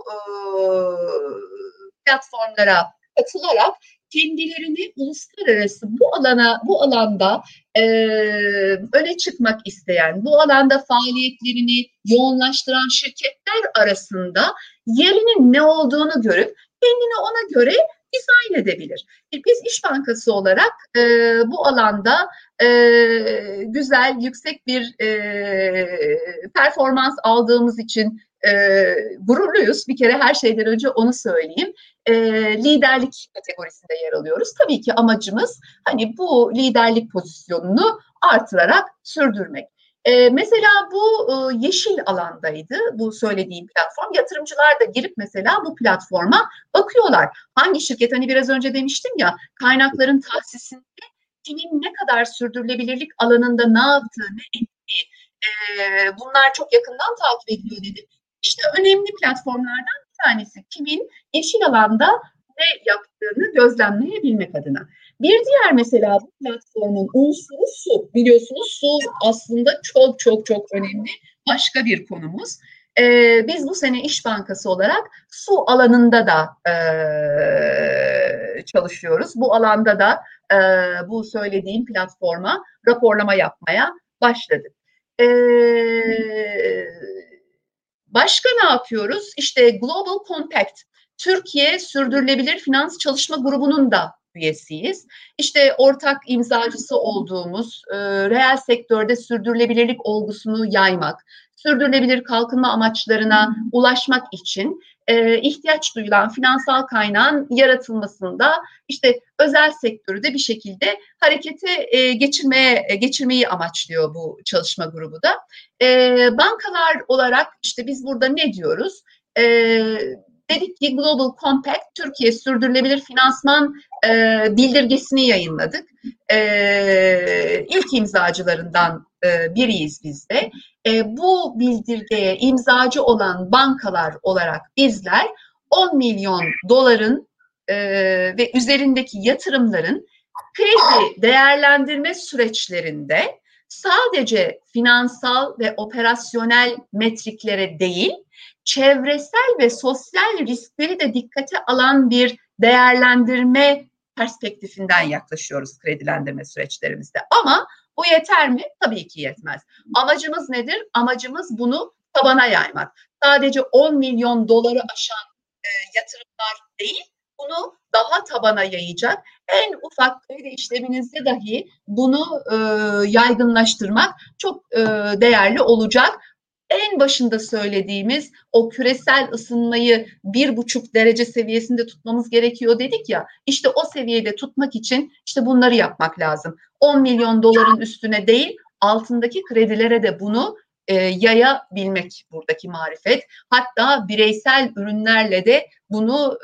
platformlara katılarak kendilerini uluslararası bu alanda öne çıkmak isteyen, bu alanda faaliyetlerini yoğunlaştıran şirketler arasında yerinin ne olduğunu görüp kendini ona göre dizayn edebilir. Biz İş Bankası olarak bu alanda güzel, yüksek bir performans aldığımız için gururluyuz. Bir kere her şeyden önce onu söyleyeyim. Liderlik kategorisinde yer alıyoruz. Tabii ki amacımız hani bu liderlik pozisyonunu artırarak sürdürmek. Mesela bu yeşil alandaydı bu söylediğim platform. Yatırımcılar da girip mesela bu platforma bakıyorlar. Hangi şirket, hani biraz önce demiştim ya, kaynakların tahsisinde kimin ne kadar sürdürülebilirlik alanında ne yaptığı, ne ettiği, bunlar çok yakından takip ediliyor dedim. İşte önemli platformlardan bir tanesi kimin yeşil alanda ne yaptığını gözlemleyebilmek adına. Bir diğer mesela bu platformun unsuru su. Biliyorsunuz su aslında çok çok çok önemli başka bir konumuz. Biz bu sene İş Bankası olarak su alanında da çalışıyoruz. Bu alanda da bu söylediğim platforma raporlama yapmaya başladık. Başka ne yapıyoruz? İşte Global Compact, Türkiye Sürdürülebilir Finans Çalışma Grubu'nun da üyesiyiz. İşte ortak imzacısı olduğumuz reel sektörde sürdürülebilirlik olgusunu yaymak, sürdürülebilir kalkınma amaçlarına ulaşmak için ihtiyaç duyulan finansal kaynağın yaratılmasında işte özel sektörü de bir şekilde harekete geçirmeyi amaçlıyor bu çalışma grubu da. Bankalar olarak işte biz burada ne diyoruz? Dedik ki Global Compact Türkiye Sürdürülebilir Finansman bildirgesini yayınladık. İlk imzacılarından biriyiz biz de. Bu bildirgeye imzacı olan bankalar olarak bizler 10 milyon doların ve üzerindeki yatırımların kredi değerlendirme süreçlerinde sadece finansal ve operasyonel metriklere değil, çevresel ve sosyal riskleri de dikkate alan bir değerlendirme perspektifinden yaklaşıyoruz kredilendirme süreçlerimizde. Ama bu yeter mi? Tabii ki yetmez. Amacımız nedir? Amacımız bunu tabana yaymak. Sadece 10 milyon doları aşan yatırımlar değil, bunu daha tabana yayacak. En ufak kredi işleminizde dahi bunu yaygınlaştırmak çok değerli olacak. En başında söylediğimiz o küresel ısınmayı 1,5 derece seviyesinde tutmamız gerekiyor dedik ya, işte o seviyede tutmak için işte bunları yapmak lazım. 10 milyon doların üstüne değil, altındaki kredilere de bunu yayabilmek buradaki marifet. Hatta bireysel ürünlerle de bunu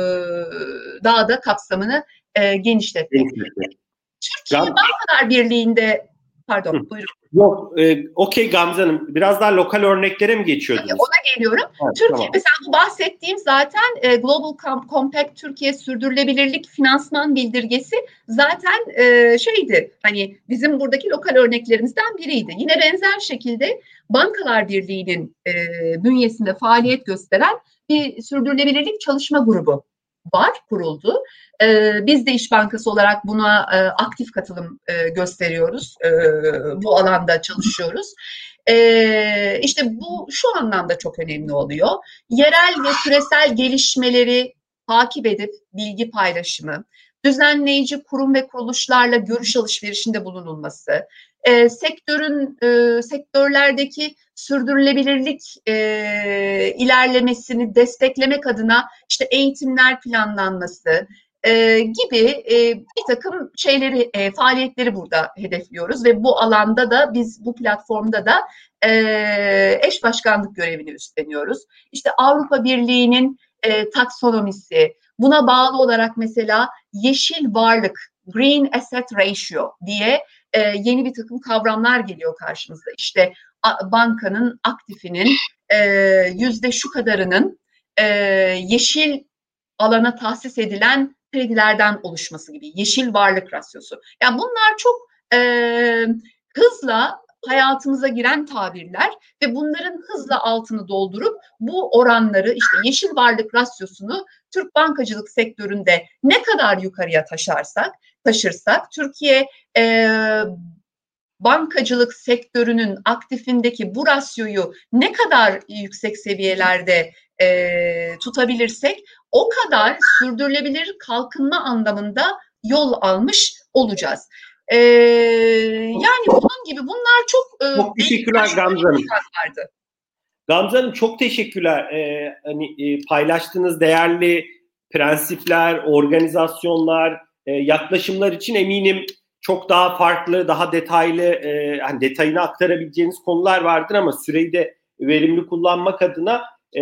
daha da kapsamını genişletmek. Türkiye Bankalar Birliği'nde, pardon buyurun. Yok, okey Gamze Hanım. Biraz daha lokal örneklere mi geçiyordunuz? Ona geliyorum. Evet, Türkiye tamam. Mesela bu bahsettiğim zaten Global Compact Türkiye Sürdürülebilirlik Finansman Bildirgesi zaten şeydi, hani bizim buradaki lokal örneklerimizden biriydi. Yine benzer şekilde Bankalar Birliği'nin bünyesinde faaliyet gösteren bir sürdürülebilirlik çalışma grubu var, kuruldu. Biz de İş Bankası olarak buna aktif katılım gösteriyoruz. Bu alanda çalışıyoruz. İşte bu şu anlamda çok önemli oluyor. Yerel ve küresel gelişmeleri takip edip bilgi paylaşımı, düzenleyici kurum ve kuruluşlarla görüş alışverişinde bulunulması, sektörlerdeki sürdürülebilirlik ilerlemesini desteklemek adına işte eğitimler planlanması gibi bir takım şeyleri, faaliyetleri burada hedefliyoruz ve bu alanda da biz bu platformda da eş başkanlık görevini üstleniyoruz. İşte Avrupa Birliği'nin taksonomisi, buna bağlı olarak mesela yeşil varlık, Green Asset Ratio diye yeni bir takım kavramlar geliyor karşımıza. İşte bankanın aktifinin yüzde şu kadarının yeşil alana tahsis edilen kredilerden oluşması gibi, yeşil varlık rasyosu. Yani bunlar çok hızla hayatımıza giren tabirler ve bunların hızla altını doldurup bu oranları, işte yeşil varlık rasyosunu Türk bankacılık sektöründe ne kadar yukarıya taşırsak Türkiye bankacılık sektörünün aktifindeki bu rasyoyu ne kadar yüksek seviyelerde tutabilirsek o kadar sürdürülebilir kalkınma anlamında yol almış olacağız. Yani bunun gibi bunlar çok teşekkürler Gamze Hanım. Gamze Hanım çok teşekkürler. Hani paylaştığınız değerli prensipler, organizasyonlar, yaklaşımlar için eminim çok daha farklı, daha detaylı, hani detayını aktarabileceğiniz konular vardır ama süreyi de verimli kullanmak adına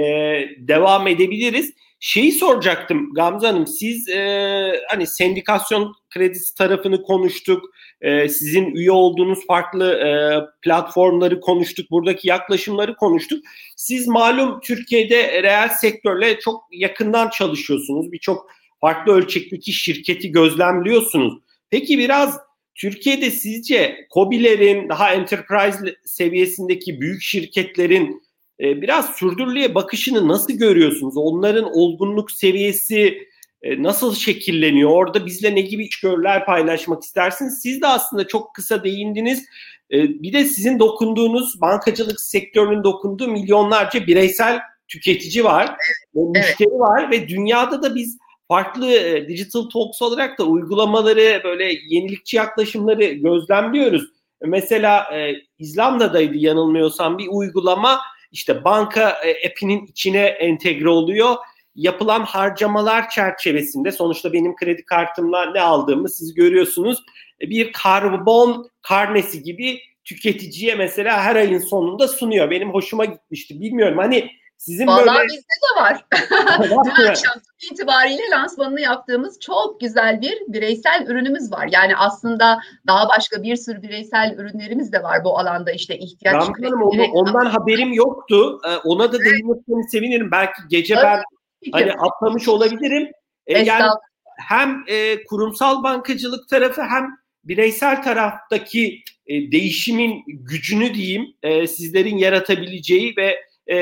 devam edebiliriz. Şeyi soracaktım Gamze Hanım, siz hani sendikasyon kredisi tarafını konuştuk, sizin üye olduğunuz farklı platformları konuştuk, buradaki yaklaşımları konuştuk. Siz malum Türkiye'de reel sektörle çok yakından çalışıyorsunuz, birçok farklı ölçekteki şirketi gözlemliyorsunuz. Peki biraz Türkiye'de sizce KOBİ'lerin, daha enterprise seviyesindeki büyük şirketlerin biraz sürdürülebilir bakışını nasıl görüyorsunuz? Onların olgunluk seviyesi nasıl şekilleniyor? Orada bizle ne gibi içgörüler paylaşmak istersiniz? Siz de aslında çok kısa değindiniz. Bir de sizin dokunduğunuz, bankacılık sektörünün dokunduğu milyonlarca bireysel tüketici var, müşteri var ve dünyada da biz farklı Digital Talks olarak da uygulamaları, böyle yenilikçi yaklaşımları gözlemliyoruz. Mesela İzlanda'daydı yanılmıyorsam bir uygulama, işte banka app'inin içine entegre oluyor. Yapılan harcamalar çerçevesinde, sonuçta benim kredi kartımla ne aldığımı siz görüyorsunuz. Bir karbon karnesi gibi tüketiciye mesela her ayın sonunda sunuyor. Benim hoşuma gitmişti. Bilmiyorum, hani sizin Vallahi böyle... bizde de var. Dün akşam itibariyle lansmanını yaptığımız çok güzel bir bireysel ürünümüz var. Yani aslında daha başka bir sürü bireysel ürünlerimiz de var bu alanda, işte ihtiyaç Gamze Hanım, ondan haberim yoktu. Ona da değinmesini sevinirim. Belki gece ben hani atlamış olabilirim. Yani hem kurumsal bankacılık tarafı hem bireysel taraftaki değişimin gücünü diyeyim, sizlerin yaratabileceği ve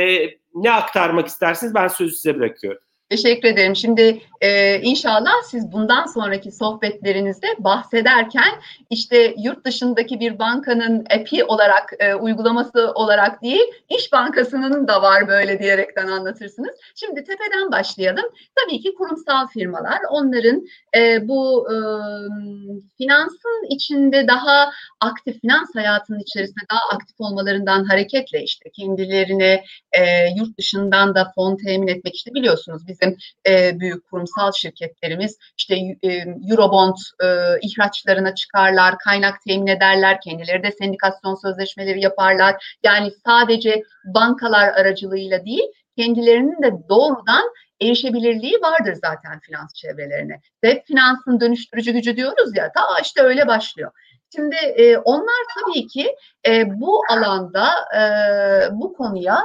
ne aktarmak istersiniz? Ben sözü size bırakıyorum. Teşekkür ederim. Şimdi inşallah siz bundan sonraki sohbetlerinizde bahsederken işte yurt dışındaki bir bankanın app'i olarak, uygulaması olarak değil, İş Bankası'nın da var böyle diyerekten anlatırsınız. Şimdi tepeden başlayalım. Tabii ki kurumsal firmalar, onların bu finansın içinde daha aktif, finans hayatının içerisinde daha aktif olmalarından hareketle işte kendilerine yurt dışından da fon temin etmek, işte biliyorsunuz bizim büyük kurumsal şirketlerimiz işte Eurobond ihraçlarına çıkarlar, kaynak temin ederler, kendileri de sendikasyon sözleşmeleri yaparlar. Yani sadece bankalar aracılığıyla değil, kendilerinin de doğrudan erişebilirliği vardır zaten finans çevrelerine. Hep finansın dönüştürücü gücü diyoruz ya, ta işte öyle başlıyor. Şimdi onlar tabii ki bu alanda, bu konuya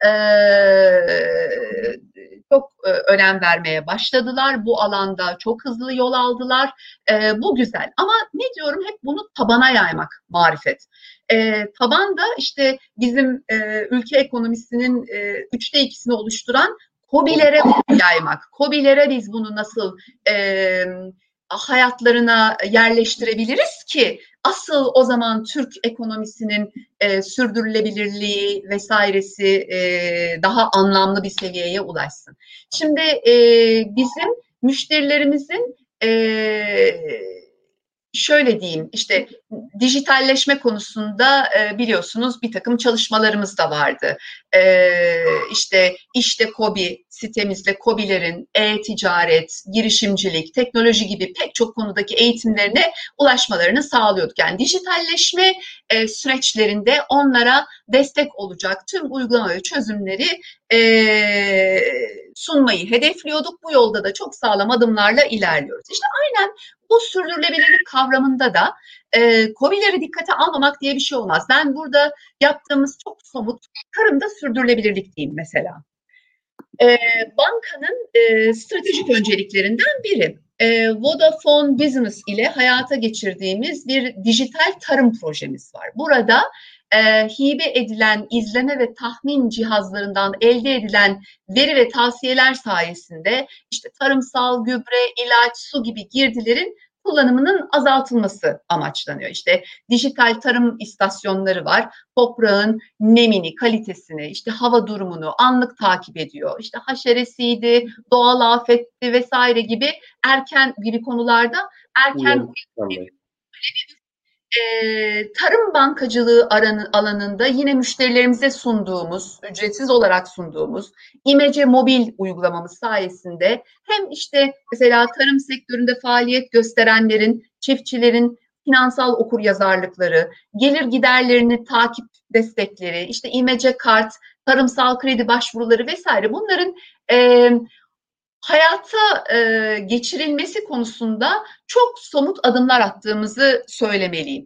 çok önem vermeye başladılar. Bu alanda çok hızlı yol aldılar. Bu güzel. Ama ne diyorum, hep bunu tabana yaymak marifet. Taban da işte bizim ülke ekonomisinin 2/3'ünü oluşturan KOBİ'lere yaymak. KOBİ'lere biz bunu nasıl hayatlarına yerleştirebiliriz ki asıl o zaman Türk ekonomisinin sürdürülebilirliği vesairesi daha anlamlı bir seviyeye ulaşsın. Şimdi bizim müşterilerimizin şöyle diyeyim, işte dijitalleşme konusunda biliyorsunuz bir takım çalışmalarımız da vardı. İşte KOBİ sitemizde KOBİ'lerin e-ticaret, girişimcilik, teknoloji gibi pek çok konudaki eğitimlerine ulaşmalarını sağlıyorduk. Yani dijitalleşme süreçlerinde onlara destek olacak tüm uygulama ve çözümleri sunmayı hedefliyorduk. Bu yolda da çok sağlam adımlarla ilerliyoruz. İşte aynen bu sürdürülebilirlik kavramında da KOBİ'leri dikkate almamak diye bir şey olmaz. Ben burada yaptığımız çok somut, tarımda sürdürülebilirlik diyeyim mesela. Bankanın stratejik önceliklerinden biri. Vodafone Business ile hayata geçirdiğimiz bir dijital tarım projemiz var. Burada hibe edilen izleme ve tahmin cihazlarından elde edilen veri ve tavsiyeler sayesinde işte tarımsal gübre, ilaç, su gibi girdilerin kullanımının azaltılması amaçlanıyor. İşte dijital tarım istasyonları var. Toprağın nemini, kalitesini, işte hava durumunu anlık takip ediyor. İşte haşeresiydi, doğal afetti vesaire gibi konularda erken tarım bankacılığı alanında yine müşterilerimize sunduğumuz, ücretsiz olarak sunduğumuz İmece mobil uygulamamız sayesinde hem işte mesela tarım sektöründe faaliyet gösterenlerin, çiftçilerin finansal okuryazarlıkları, gelir giderlerini takip destekleri, işte İMC kart, tarımsal kredi başvuruları vesaire bunların hayata geçirilmesi konusunda çok somut adımlar attığımızı söylemeliyim.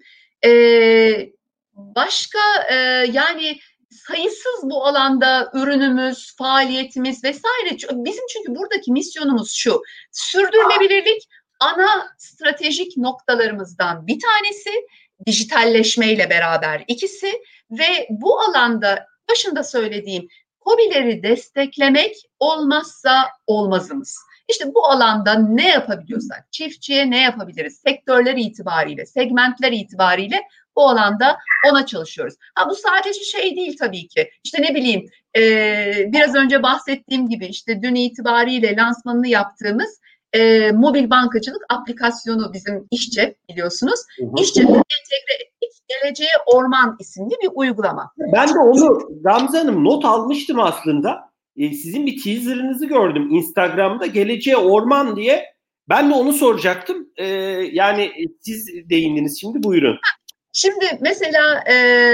Başka yani sayısız bu alanda ürünümüz, faaliyetimiz vesaire. Bizim çünkü buradaki misyonumuz şu: sürdürülebilirlik ana stratejik noktalarımızdan bir tanesi, dijitalleşmeyle beraber ikisi ve bu alanda başında söylediğim KOBİ'leri desteklemek olmazsa olmazımız. İşte bu alanda ne yapabiliyorsak, çiftçiye ne yapabiliriz, sektörler itibariyle, segmentler itibariyle bu alanda ona çalışıyoruz. Bu sadece şey değil tabii ki. İşte ne bileyim, biraz önce bahsettiğim gibi işte dün itibariyle lansmanını yaptığımız mobil bankacılık aplikasyonu bizim İşCep, biliyorsunuz. İşcep'e entegre ettik. Geleceğe Orman isimli bir uygulama. Ben de onu Gamze Hanım not almıştım aslında. Sizin bir teaserınızı gördüm Instagram'da, Geleceğe Orman diye. Ben de onu soracaktım. Yani siz değindiniz şimdi, buyurun. Şimdi mesela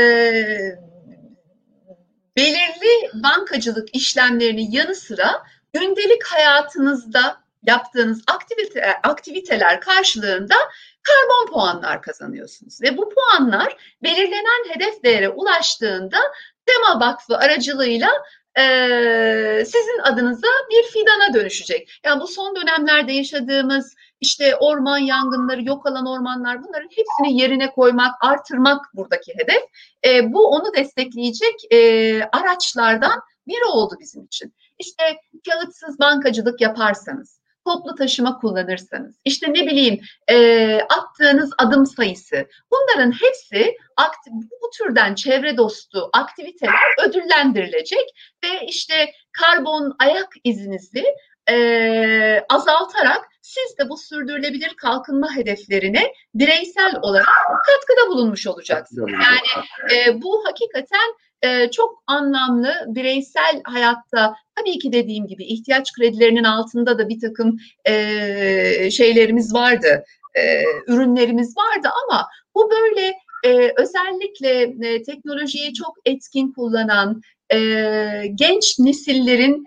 belirli bankacılık işlemlerinin yanı sıra gündelik hayatınızda yaptığınız aktiviteler karşılığında karbon puanlar kazanıyorsunuz. Ve bu puanlar belirlenen hedef değere ulaştığında Tema Vakfı aracılığıyla sizin adınıza bir fidana dönüşecek. Yani bu son dönemlerde yaşadığımız işte orman yangınları, yok olan ormanlar, bunların hepsini yerine koymak, artırmak buradaki hedef. Bu onu destekleyecek araçlardan biri oldu bizim için. İşte kağıtsız bankacılık yaparsanız, toplu taşıma kullanırsanız, işte ne bileyim attığınız adım sayısı, bunların hepsi bu türden çevre dostu aktiviteler ödüllendirilecek ve işte karbon ayak izinizi azaltarak siz de bu sürdürülebilir kalkınma hedeflerine bireysel olarak katkıda bulunmuş olacaksınız. Yani bu hakikaten çok anlamlı. Bireysel hayatta tabii ki dediğim gibi ihtiyaç kredilerinin altında da bir takım şeylerimiz vardı, ürünlerimiz vardı ama bu böyle özellikle teknolojiyi çok etkin kullanan genç nesillerin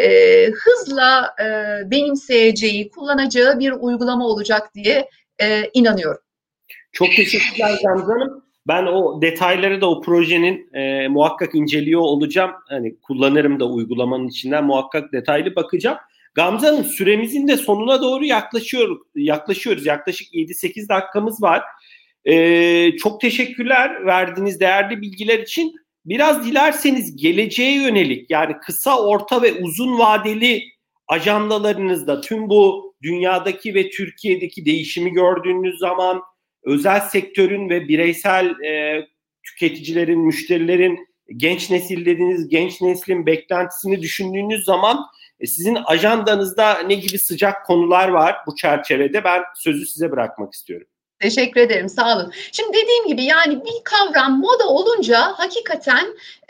hızla benimseyeceği, kullanacağı bir uygulama olacak diye inanıyorum. Çok teşekkürler Gamze Hanım. Ben o detayları da o projenin muhakkak inceliyor olacağım. Hani kullanırım da uygulamanın içinden muhakkak detaylı bakacağım. Gamze Hanım, süremizin de sonuna doğru yaklaşıyoruz. Yaklaşık 7-8 dakikamız var. Çok teşekkürler verdiğiniz değerli bilgiler için. Biraz dilerseniz geleceğe yönelik, yani kısa, orta ve uzun vadeli ajandalarınızda tüm bu dünyadaki ve Türkiye'deki değişimi gördüğünüz zaman, özel sektörün ve bireysel tüketicilerin, müşterilerin, genç nesil dediğiniz genç neslin beklentisini düşündüğünüz zaman sizin ajandanızda ne gibi sıcak konular var bu çerçevede? Ben sözü size bırakmak istiyorum. Teşekkür ederim, sağ olun. Şimdi dediğim gibi yani bir kavram moda olunca hakikaten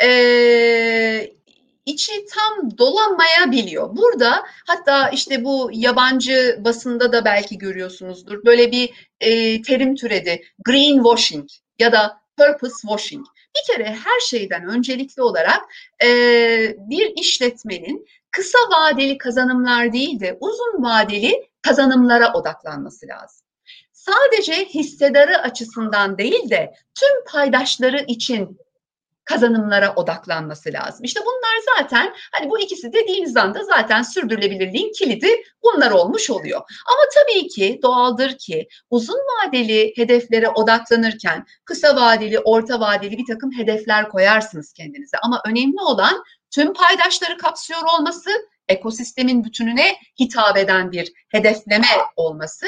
içi tam dolamayabiliyor. Burada hatta işte bu yabancı basında da belki görüyorsunuzdur. Böyle bir terim türedi. Greenwashing ya da purpose washing. Bir kere her şeyden öncelikli olarak bir işletmenin kısa vadeli kazanımlar değil de uzun vadeli kazanımlara odaklanması lazım. Sadece hissedarı açısından değil de tüm paydaşları için kazanımlara odaklanması lazım. İşte bunlar zaten hani bu ikisi dediğiniz anda zaten sürdürülebilirliğin kilidi bunlar olmuş oluyor. Ama tabii ki doğaldır ki uzun vadeli hedeflere odaklanırken kısa vadeli, orta vadeli bir takım hedefler koyarsınız kendinize. Ama önemli olan tüm paydaşları kapsıyor olması, ekosistemin bütününe hitap eden bir hedefleme olması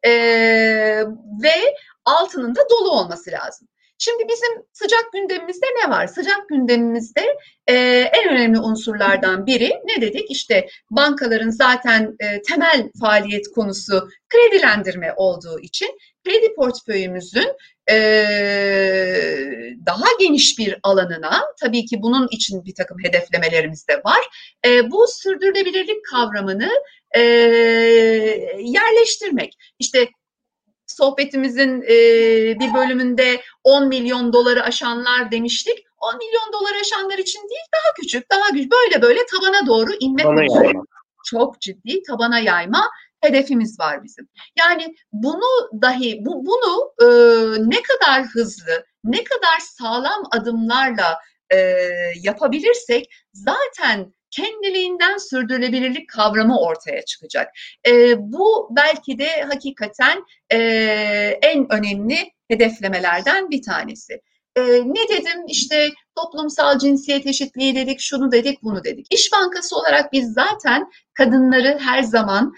ve altının da dolu olması lazım. Şimdi bizim sıcak gündemimizde ne var? Sıcak gündemimizde en önemli unsurlardan biri ne dedik? İşte bankaların zaten temel faaliyet konusu kredilendirme olduğu için kredi portföyümüzün daha geniş bir alanına, tabii ki bunun için bir takım hedeflemelerimiz de var. Bu sürdürülebilirlik kavramını yerleştirmek. İşte sohbetimizin bir bölümünde 10 milyon doları aşanlar demiştik. 10 milyon dolar aşanlar için değil, daha küçük, daha güçlü, böyle tabana doğru inme konusunda çok ciddi tabana yayma hedefimiz var bizim. Yani bunu dahi bunu ne kadar hızlı, ne kadar sağlam adımlarla yapabilirsek zaten kendiliğinden sürdürülebilirlik kavramı ortaya çıkacak. Bu belki de hakikaten en önemli hedeflemelerden bir tanesi. Ne dedim işte toplumsal cinsiyet eşitliği dedik, şunu dedik, bunu dedik. İş Bankası olarak biz zaten kadınları her zaman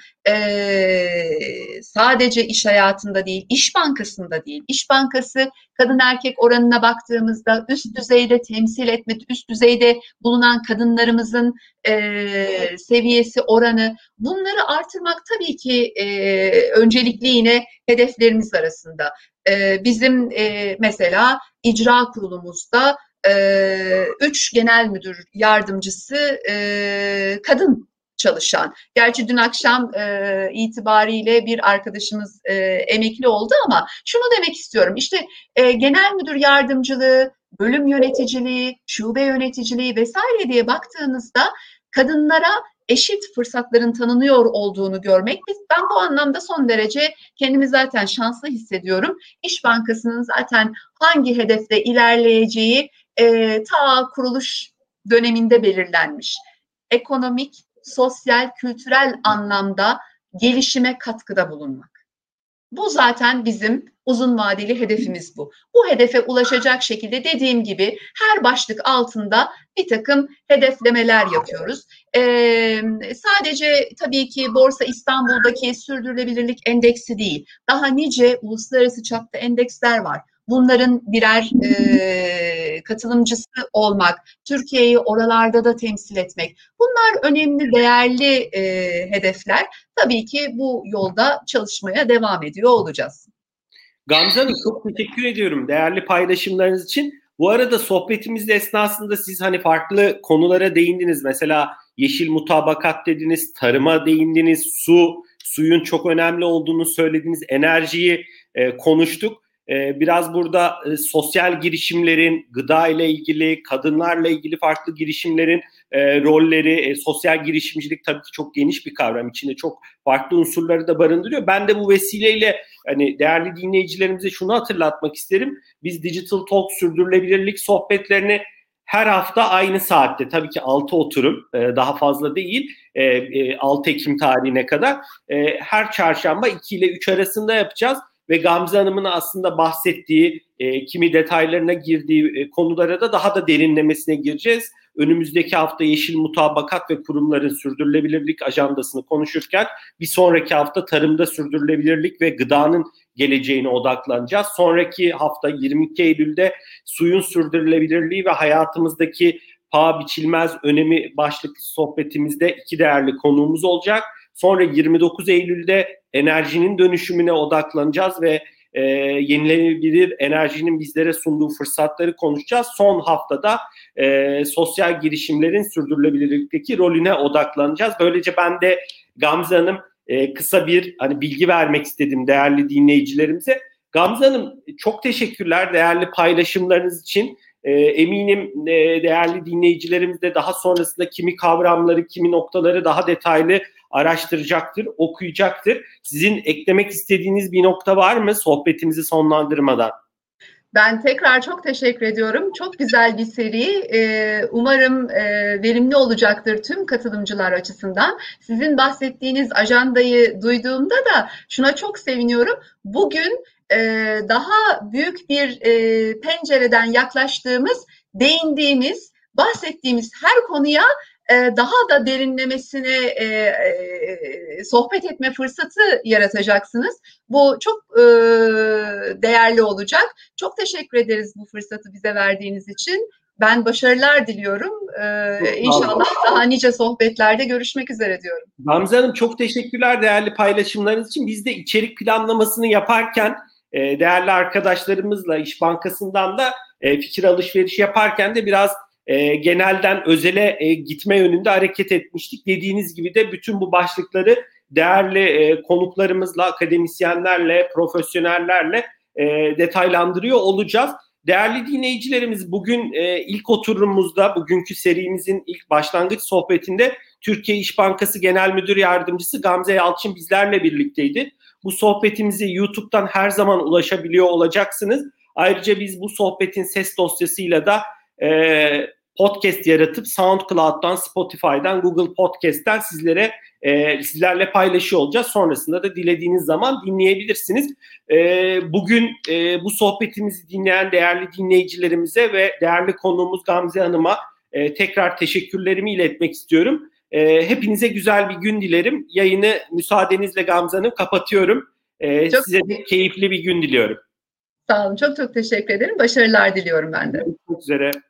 sadece iş hayatında değil, İş Bankası'nda değil, İş Bankası kadın erkek oranına baktığımızda üst düzeyde temsil etme, üst düzeyde bulunan kadınlarımızın seviyesi, oranı, bunları artırmak tabii ki öncelikli yine hedeflerimiz arasında. Bizim mesela icra kurulumuzda 3 genel müdür yardımcısı kadın çalışan. Gerçi dün akşam itibariyle bir arkadaşımız emekli oldu ama şunu demek istiyorum. İşte genel müdür yardımcılığı, bölüm yöneticiliği, şube yöneticiliği vesaire diye baktığınızda kadınlara eşit fırsatların tanınıyor olduğunu görmek. Ben bu anlamda son derece kendimi zaten şanslı hissediyorum. İş Bankası'nın zaten hangi hedefte ilerleyeceği ta kuruluş döneminde belirlenmiş. Ekonomik, sosyal, kültürel anlamda gelişime katkıda bulunmak. Bu zaten bizim uzun vadeli hedefimiz bu. Bu hedefe ulaşacak şekilde dediğim gibi her başlık altında bir takım hedeflemeler yapıyoruz. Sadece tabii ki Borsa İstanbul'daki sürdürülebilirlik endeksi değil, daha nice uluslararası çapta endeksler var. Bunların birer katılımcısı olmak, Türkiye'yi oralarda da temsil etmek. Bunlar önemli, değerli hedefler. Tabii ki bu yolda çalışmaya devam ediyor olacağız. Gamze Hanım, çok teşekkür ediyorum değerli paylaşımlarınız için. Bu arada sohbetimizde esnasında siz hani farklı konulara değindiniz. Mesela yeşil mutabakat dediniz, tarıma değindiniz, suyun çok önemli olduğunu söylediniz, enerjiyi konuştuk. Biraz burada sosyal girişimlerin, gıda ile ilgili, kadınlarla ilgili farklı girişimlerin rolleri, sosyal girişimcilik tabii ki çok geniş bir kavram. İçinde çok farklı unsurları da barındırıyor. Ben de bu vesileyle hani değerli dinleyicilerimize şunu hatırlatmak isterim. Biz Digital Talk sürdürülebilirlik sohbetlerini her hafta aynı saatte, tabii ki 6 oturum, daha fazla değil, 6 Ekim tarihine kadar her çarşamba 2 ile 3 arasında yapacağız. Ve Gamze Hanım'ın aslında bahsettiği, kimi detaylarına girdiği konulara da daha da derinlemesine gireceğiz. Önümüzdeki hafta yeşil mutabakat ve kurumların sürdürülebilirlik ajandasını konuşurken bir sonraki hafta tarımda sürdürülebilirlik ve gıdanın geleceğine odaklanacağız. Sonraki hafta 22 Eylül'de suyun sürdürülebilirliği ve hayatımızdaki paha biçilmez önemi başlıklı sohbetimizde iki değerli konuğumuz olacak. Sonra 29 Eylül'de enerjinin dönüşümüne odaklanacağız ve yenilenebilir enerjinin bizlere sunduğu fırsatları konuşacağız. Son haftada sosyal girişimlerin sürdürülebilirlikteki rolüne odaklanacağız. Böylece ben de Gamze Hanım kısa bir hani bilgi vermek istedim değerli dinleyicilerimize. Gamze Hanım, çok teşekkürler değerli paylaşımlarınız için. Eminim değerli dinleyicilerimiz de daha sonrasında kimi kavramları, kimi noktaları daha detaylı araştıracaktır, okuyacaktır. Sizin eklemek istediğiniz bir nokta var mı sohbetimizi sonlandırmadan? Ben tekrar çok teşekkür ediyorum. Çok güzel bir seri. Umarım verimli olacaktır tüm katılımcılar açısından. Sizin bahsettiğiniz ajandayı duyduğumda da şuna çok seviniyorum. Bugün daha büyük bir pencereden yaklaştığımız, değindiğimiz, bahsettiğimiz her konuya daha da derinlemesine sohbet etme fırsatı yaratacaksınız. Bu çok değerli olacak. Çok teşekkür ederiz bu fırsatı bize verdiğiniz için. Ben başarılar diliyorum. İnşallah daha nice sohbetlerde görüşmek üzere diyorum. Gamze Hanım, çok teşekkürler değerli paylaşımlarınız için. Biz de içerik planlamasını yaparken değerli arkadaşlarımızla İş Bankası'ndan da fikir alışverişi yaparken de biraz genelden özele gitme yönünde hareket etmiştik. Dediğiniz gibi de bütün bu başlıkları değerli konuklarımızla, akademisyenlerle, profesyonellerle detaylandırıyor olacağız. Değerli dinleyicilerimiz, bugün ilk oturumumuzda, bugünkü serimizin ilk başlangıç sohbetinde Türkiye İş Bankası Genel Müdür Yardımcısı Gamze Yalçın bizlerle birlikteydi. Bu sohbetimizi YouTube'dan her zaman ulaşabiliyor olacaksınız. Ayrıca biz bu sohbetin ses dosyasıyla da podcast yaratıp SoundCloud'dan, Spotify'dan, Google Podcast'ten sizlerle paylaşıyor olacağız. Sonrasında da dilediğiniz zaman dinleyebilirsiniz. Bugün bu sohbetimizi dinleyen değerli dinleyicilerimize ve değerli konuğumuz Gamze Hanım'a tekrar teşekkürlerimi iletmek istiyorum. Hepinize güzel bir gün dilerim. Yayını müsaadenizle Gamze Hanım kapatıyorum. Size de keyifli bir gün diliyorum. Sağ olun. Çok çok teşekkür ederim. Başarılar diliyorum ben de. Görüşmek üzere.